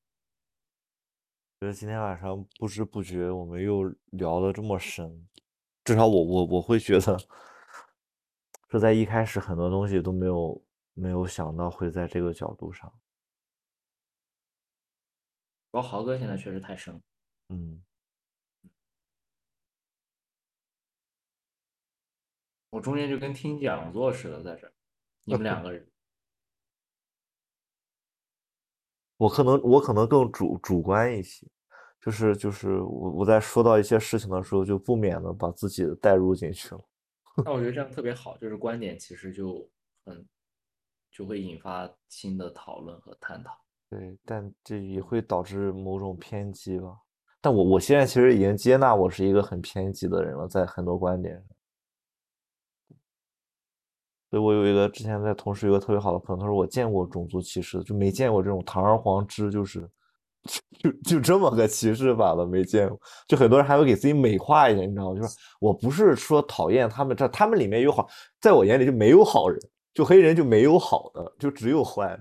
觉得今天晚上不知不觉我们又聊得这么深，至少我会觉得，是在一开始很多东西都没有想到会在这个角度上， 主要豪哥现在确实太生， 嗯， 我中间就跟听讲座似的，在这儿，你们两个人。 我可能更主观一些，就是我在说到一些事情的时候，就不免的把自己带入进去了。 那我觉得这样特别好，就是观点其实很就会引发新的讨论和探讨。 对，但这也会导致某种偏激吧。但我现在其实已经接纳我是一个很偏激的人了，在很多观点上。所以我有一个之前在同事有一个特别好的朋友，他说我见过种族歧视，就没见过这种堂而皇之，就是就这么个歧视法的没见过。就很多人还会给自己美化一点，你知道吗？就是我不是说讨厌他们，这他们里面有好，在我眼里就没有好人， 就黑人就没有好的，就只有坏的。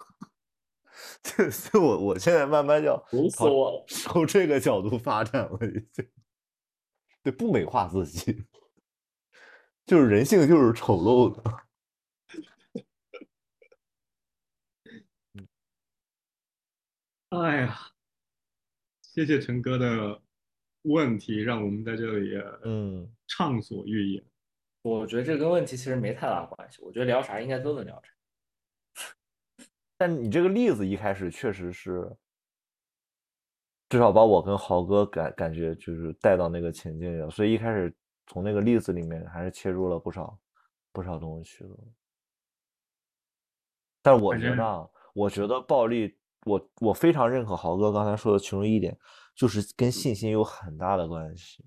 就我现在慢慢要愁死我了。 朝这个角度发展了，已经。对，不美化自己，就是人性就是丑陋的。 哎呀，谢谢陈哥的问题，让我们在这里嗯， 畅所欲言。 我觉得这跟问题其实没太大关系，我觉得聊啥应该都能聊成。 但你这个例子一开始确实是，至少把我跟豪哥感觉就是带到那个情境里了，所以一开始从那个例子里面还是切入了不少东西的。但是我反正觉得啊，我觉得暴力，我非常认可豪哥刚才说的其中一点，就是跟信心有很大的关系。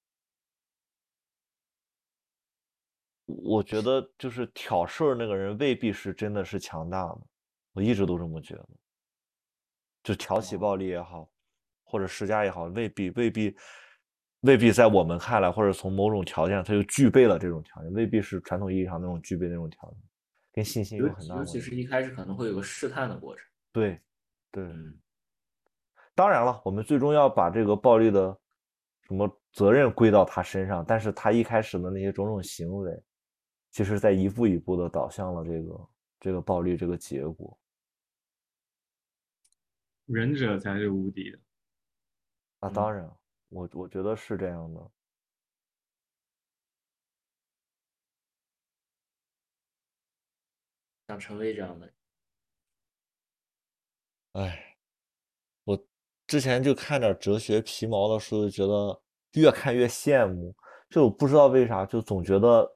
我觉得就是挑事儿那个人未必是真的是强大的，我一直都这么觉得。就挑起暴力也好，或者施加也好，未必在我们看来，或者从某种条件他就具备了这种条件，未必是传统意义上那种具备那种条件，跟信心有很大尤其关系。 是一开始可能会有个试探的过程。 对，对。 嗯， 当然了，我们最终要把这个暴力的什么责任归到他身上，但是他一开始的那些种种行为，其实在一步一步的导向了这个暴力这个结果。 仁者才是无敌的。 那当然，我觉得是这样的。 想成为这样的人。 哎，我之前就看点哲学皮毛的书，就觉得越看越羡慕。就我不知道为啥，就总觉得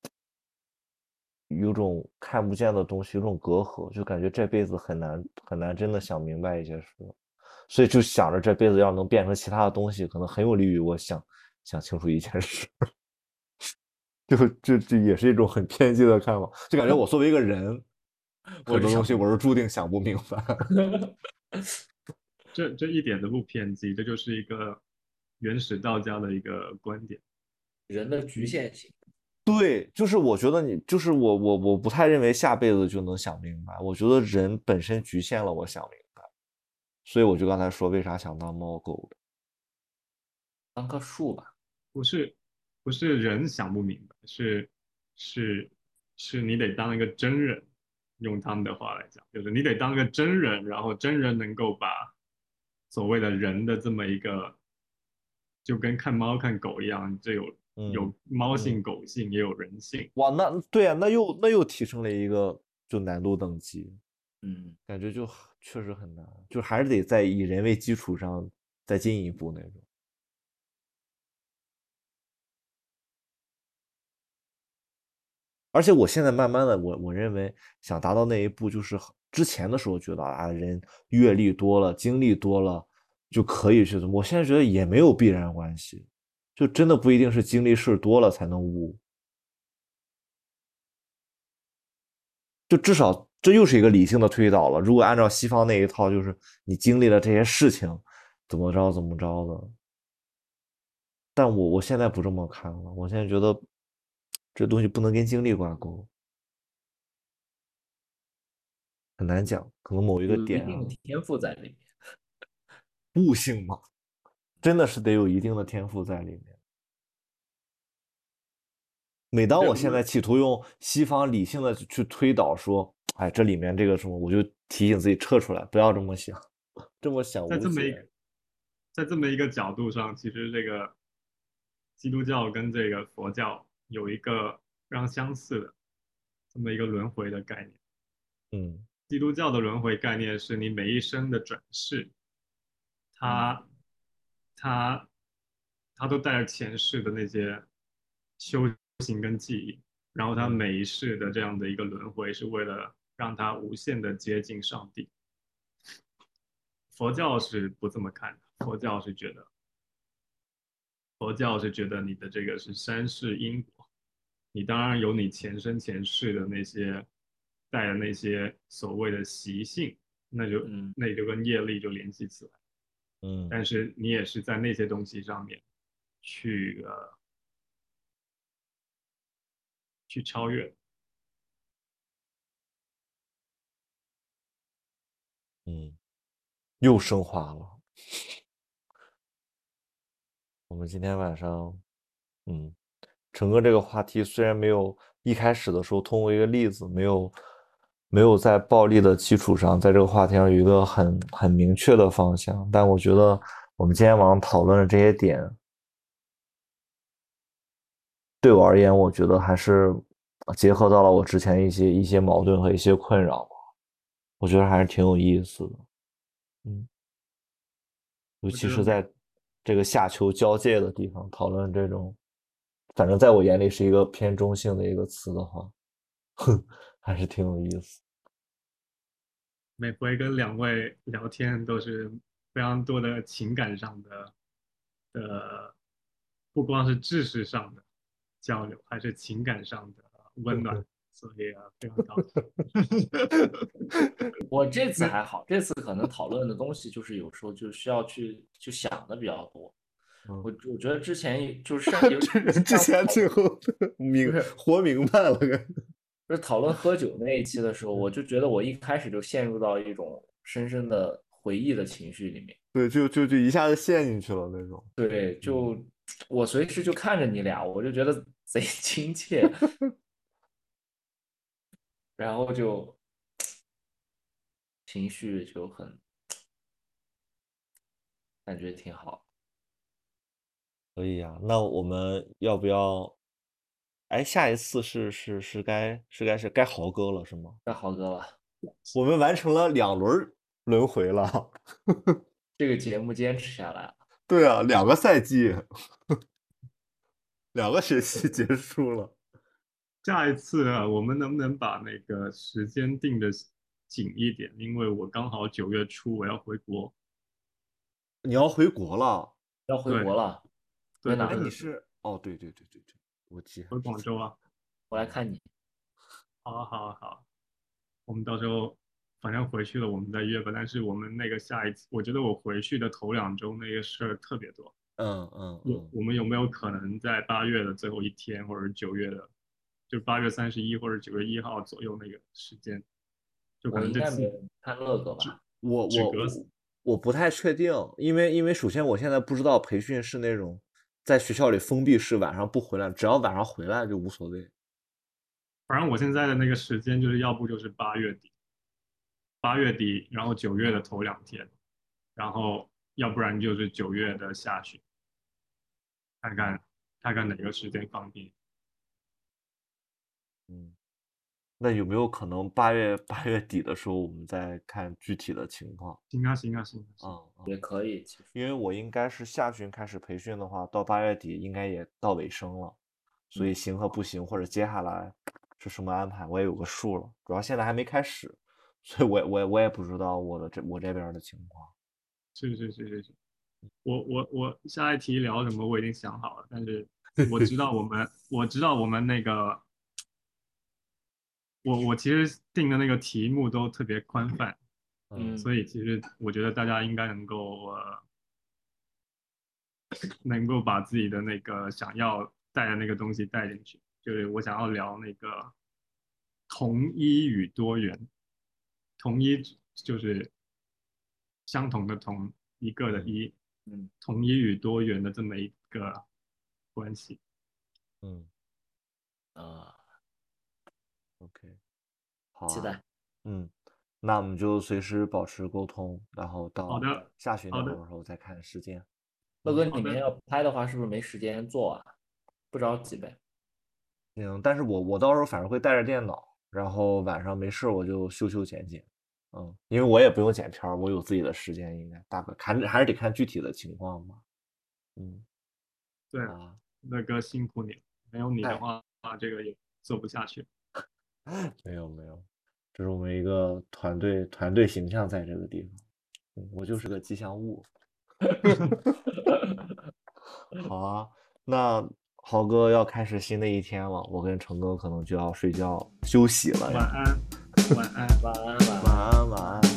有种看不见的东西，有种隔阂，就感觉这辈子很难很难真的想明白一些事，所以就想着这辈子要能变成其他的东西，可能很有利于我想清楚一件事。就也是一种很偏激的看法，就感觉我作为一个人，很多东西我是注定想不明白。 这一点都不偏激，这就是一个原始道家的一个观点。 人的局限性。 对，就是我觉得你，就是我不太认为下辈子就能想明白，我觉得人本身局限了我想明白，所以我就刚才说为啥想当猫狗的。 当棵树吧。 不是不是人想不明白，是是你得当一个真人，用他们的话来讲，就是你得当个真人，然后真人能够把所谓的人的这么一个，就跟看猫看狗一样，这有嗯有猫性、 嗯， 狗性，也有人性。 哇，那对啊，那又提升了一个就难度等级， 嗯， 感觉就确实很难，就还是得在以人为基础上再进一步那种。而且我现在慢慢的，我认为想达到那一步，就是之前的时候觉得啊，人阅历多了，经历多了就可以去怎么，我现在觉得也没有必然关系，就真的不一定是经历事多了才能悟，就至少这又是一个理性的推导了。如果按照西方那一套，就是你经历了这些事情，怎么着怎么着的，但我现在不这么看了，我现在觉得这东西不能跟经历挂钩，很难讲，可能某一个有一点啊， 定的天赋在里面。 悟性嘛。真的是得有一定的天赋在里面。每当我现在企图用西方理性的去推导说，哎，这里面这个什么，我就提醒自己撤出来，不要这么想，这么想在无解。 这么一个在这么一个角度上，其实这个基督教跟这个佛教有一个非常相似的这么一个轮回的概念。 嗯基督教的轮回概念是你每一生的转世， 嗯它它它都带着前世的那些修行跟记忆，然后它嗯每一世的这样的一个轮回是为了让它无限的接近上帝。佛教是不这么看的，佛教是觉得你的这个是三世因果，你当然有你前生前世的那些带的那些所谓的习性， 嗯那就跟业力就联系起来， 嗯但是你也是在那些东西上面去去超越。 又升华了。我们今天晚上，整个这个话题虽然没有一开始的时候通过一个例子，没有在暴力的基础上，在这个话题上有一个很明确的方向，但我觉得我们今天晚上讨论的这些点，对我而言，我觉得还是结合到了我之前一些矛盾和一些困扰吧，我觉得还是挺有意思的。尤其是在这个夏秋交界的地方讨论这种，反正在我眼里是一个偏中性的一个词的话，还是挺有意思。 每回跟两位聊天都是非常多的情感上的，不光是知识上的交流，还是情感上的温暖，所以非常高兴。 我这次还好，这次可能讨论的东西就是有时候就需要去想的比较多。我觉得之前就是之前最后活明白了， 就是讨论喝酒那一期的时候，我就觉得我一开始就陷入到一种深深的回忆的情绪里面。 对，就一下子陷进去了那种。 对，就我随时就看着你俩，我就觉得贼亲切，然后就情绪就感觉挺好。 可以呀，那我们要不要？哎，下一次该豪哥了是吗？ 该豪哥了， 我们完成了2轮轮回了。 这个节目坚持下来了。 对啊，2个赛季，2个学期结束了。 下一次我们能不能把那个时间定的紧一点？因为我刚好9月初我要回国。 你要回国了？ 要回国了？回哪？ 哎，你是？哦，对，我记。 回广州啊。 我来看你。 好，我们到时候反正回去了，我们再约吧。但是我们那个下一次，我觉得我回去的头2周那个事儿特别多。我们有没有可能在8月的最后一天，或者9月的，就8月31或者9月1号左右那个时间，就可我应能这次该没有看乐哥吧？ 我不太确定，因为首先我现在不知道培训是那种在学校里封闭式，晚上不回来，只要晚上回来就无所谓。 反正我现在的那个时间就是要不就是8月底，然后9月的头2天，然后要不然就是9月的下旬，看看哪个时间方便。 那有没有可能8月底的时候，我们再看具体的情况？ 行啊。 也可以，其实因为我应该是下旬开始培训的话，到8月底应该也到尾声了，所以行和不行，或者接下来是什么安排，我也有个数了。主要现在还没开始，所以我也不知道我这边的情况。 是，我下一题聊什么我已经想好了，但是我知道我们那个我其实定的那个题目都特别宽泛，所以其实我觉得大家应该能够把自己的那个想要带的那个东西带进去。就是我想要聊那个同一与多元，同一就是相同的同，一个的一，同一与多元的这么一个关系。 OK， 好啊， 期待。 那我们就随时保持沟通，然后到好的， 下旬好的， 的时候再看时间。 乐哥， 好的。 你们要拍的话，是不是没时间做啊？不着急呗。 但是我到时候反正会带着电脑，然后晚上没事我就修剪。因为我也不用剪片儿，我有自己的时间，应该大概还是得看具体的情况嘛。 对，乐哥辛苦你了，没有你的话，这个也做不下去。 没有，这是我们一个团队形象在这个地方。我就是个吉祥物。好啊，那豪哥要开始新的一天了，我跟成哥可能就要睡觉休息了呀。 晚安。 晚安。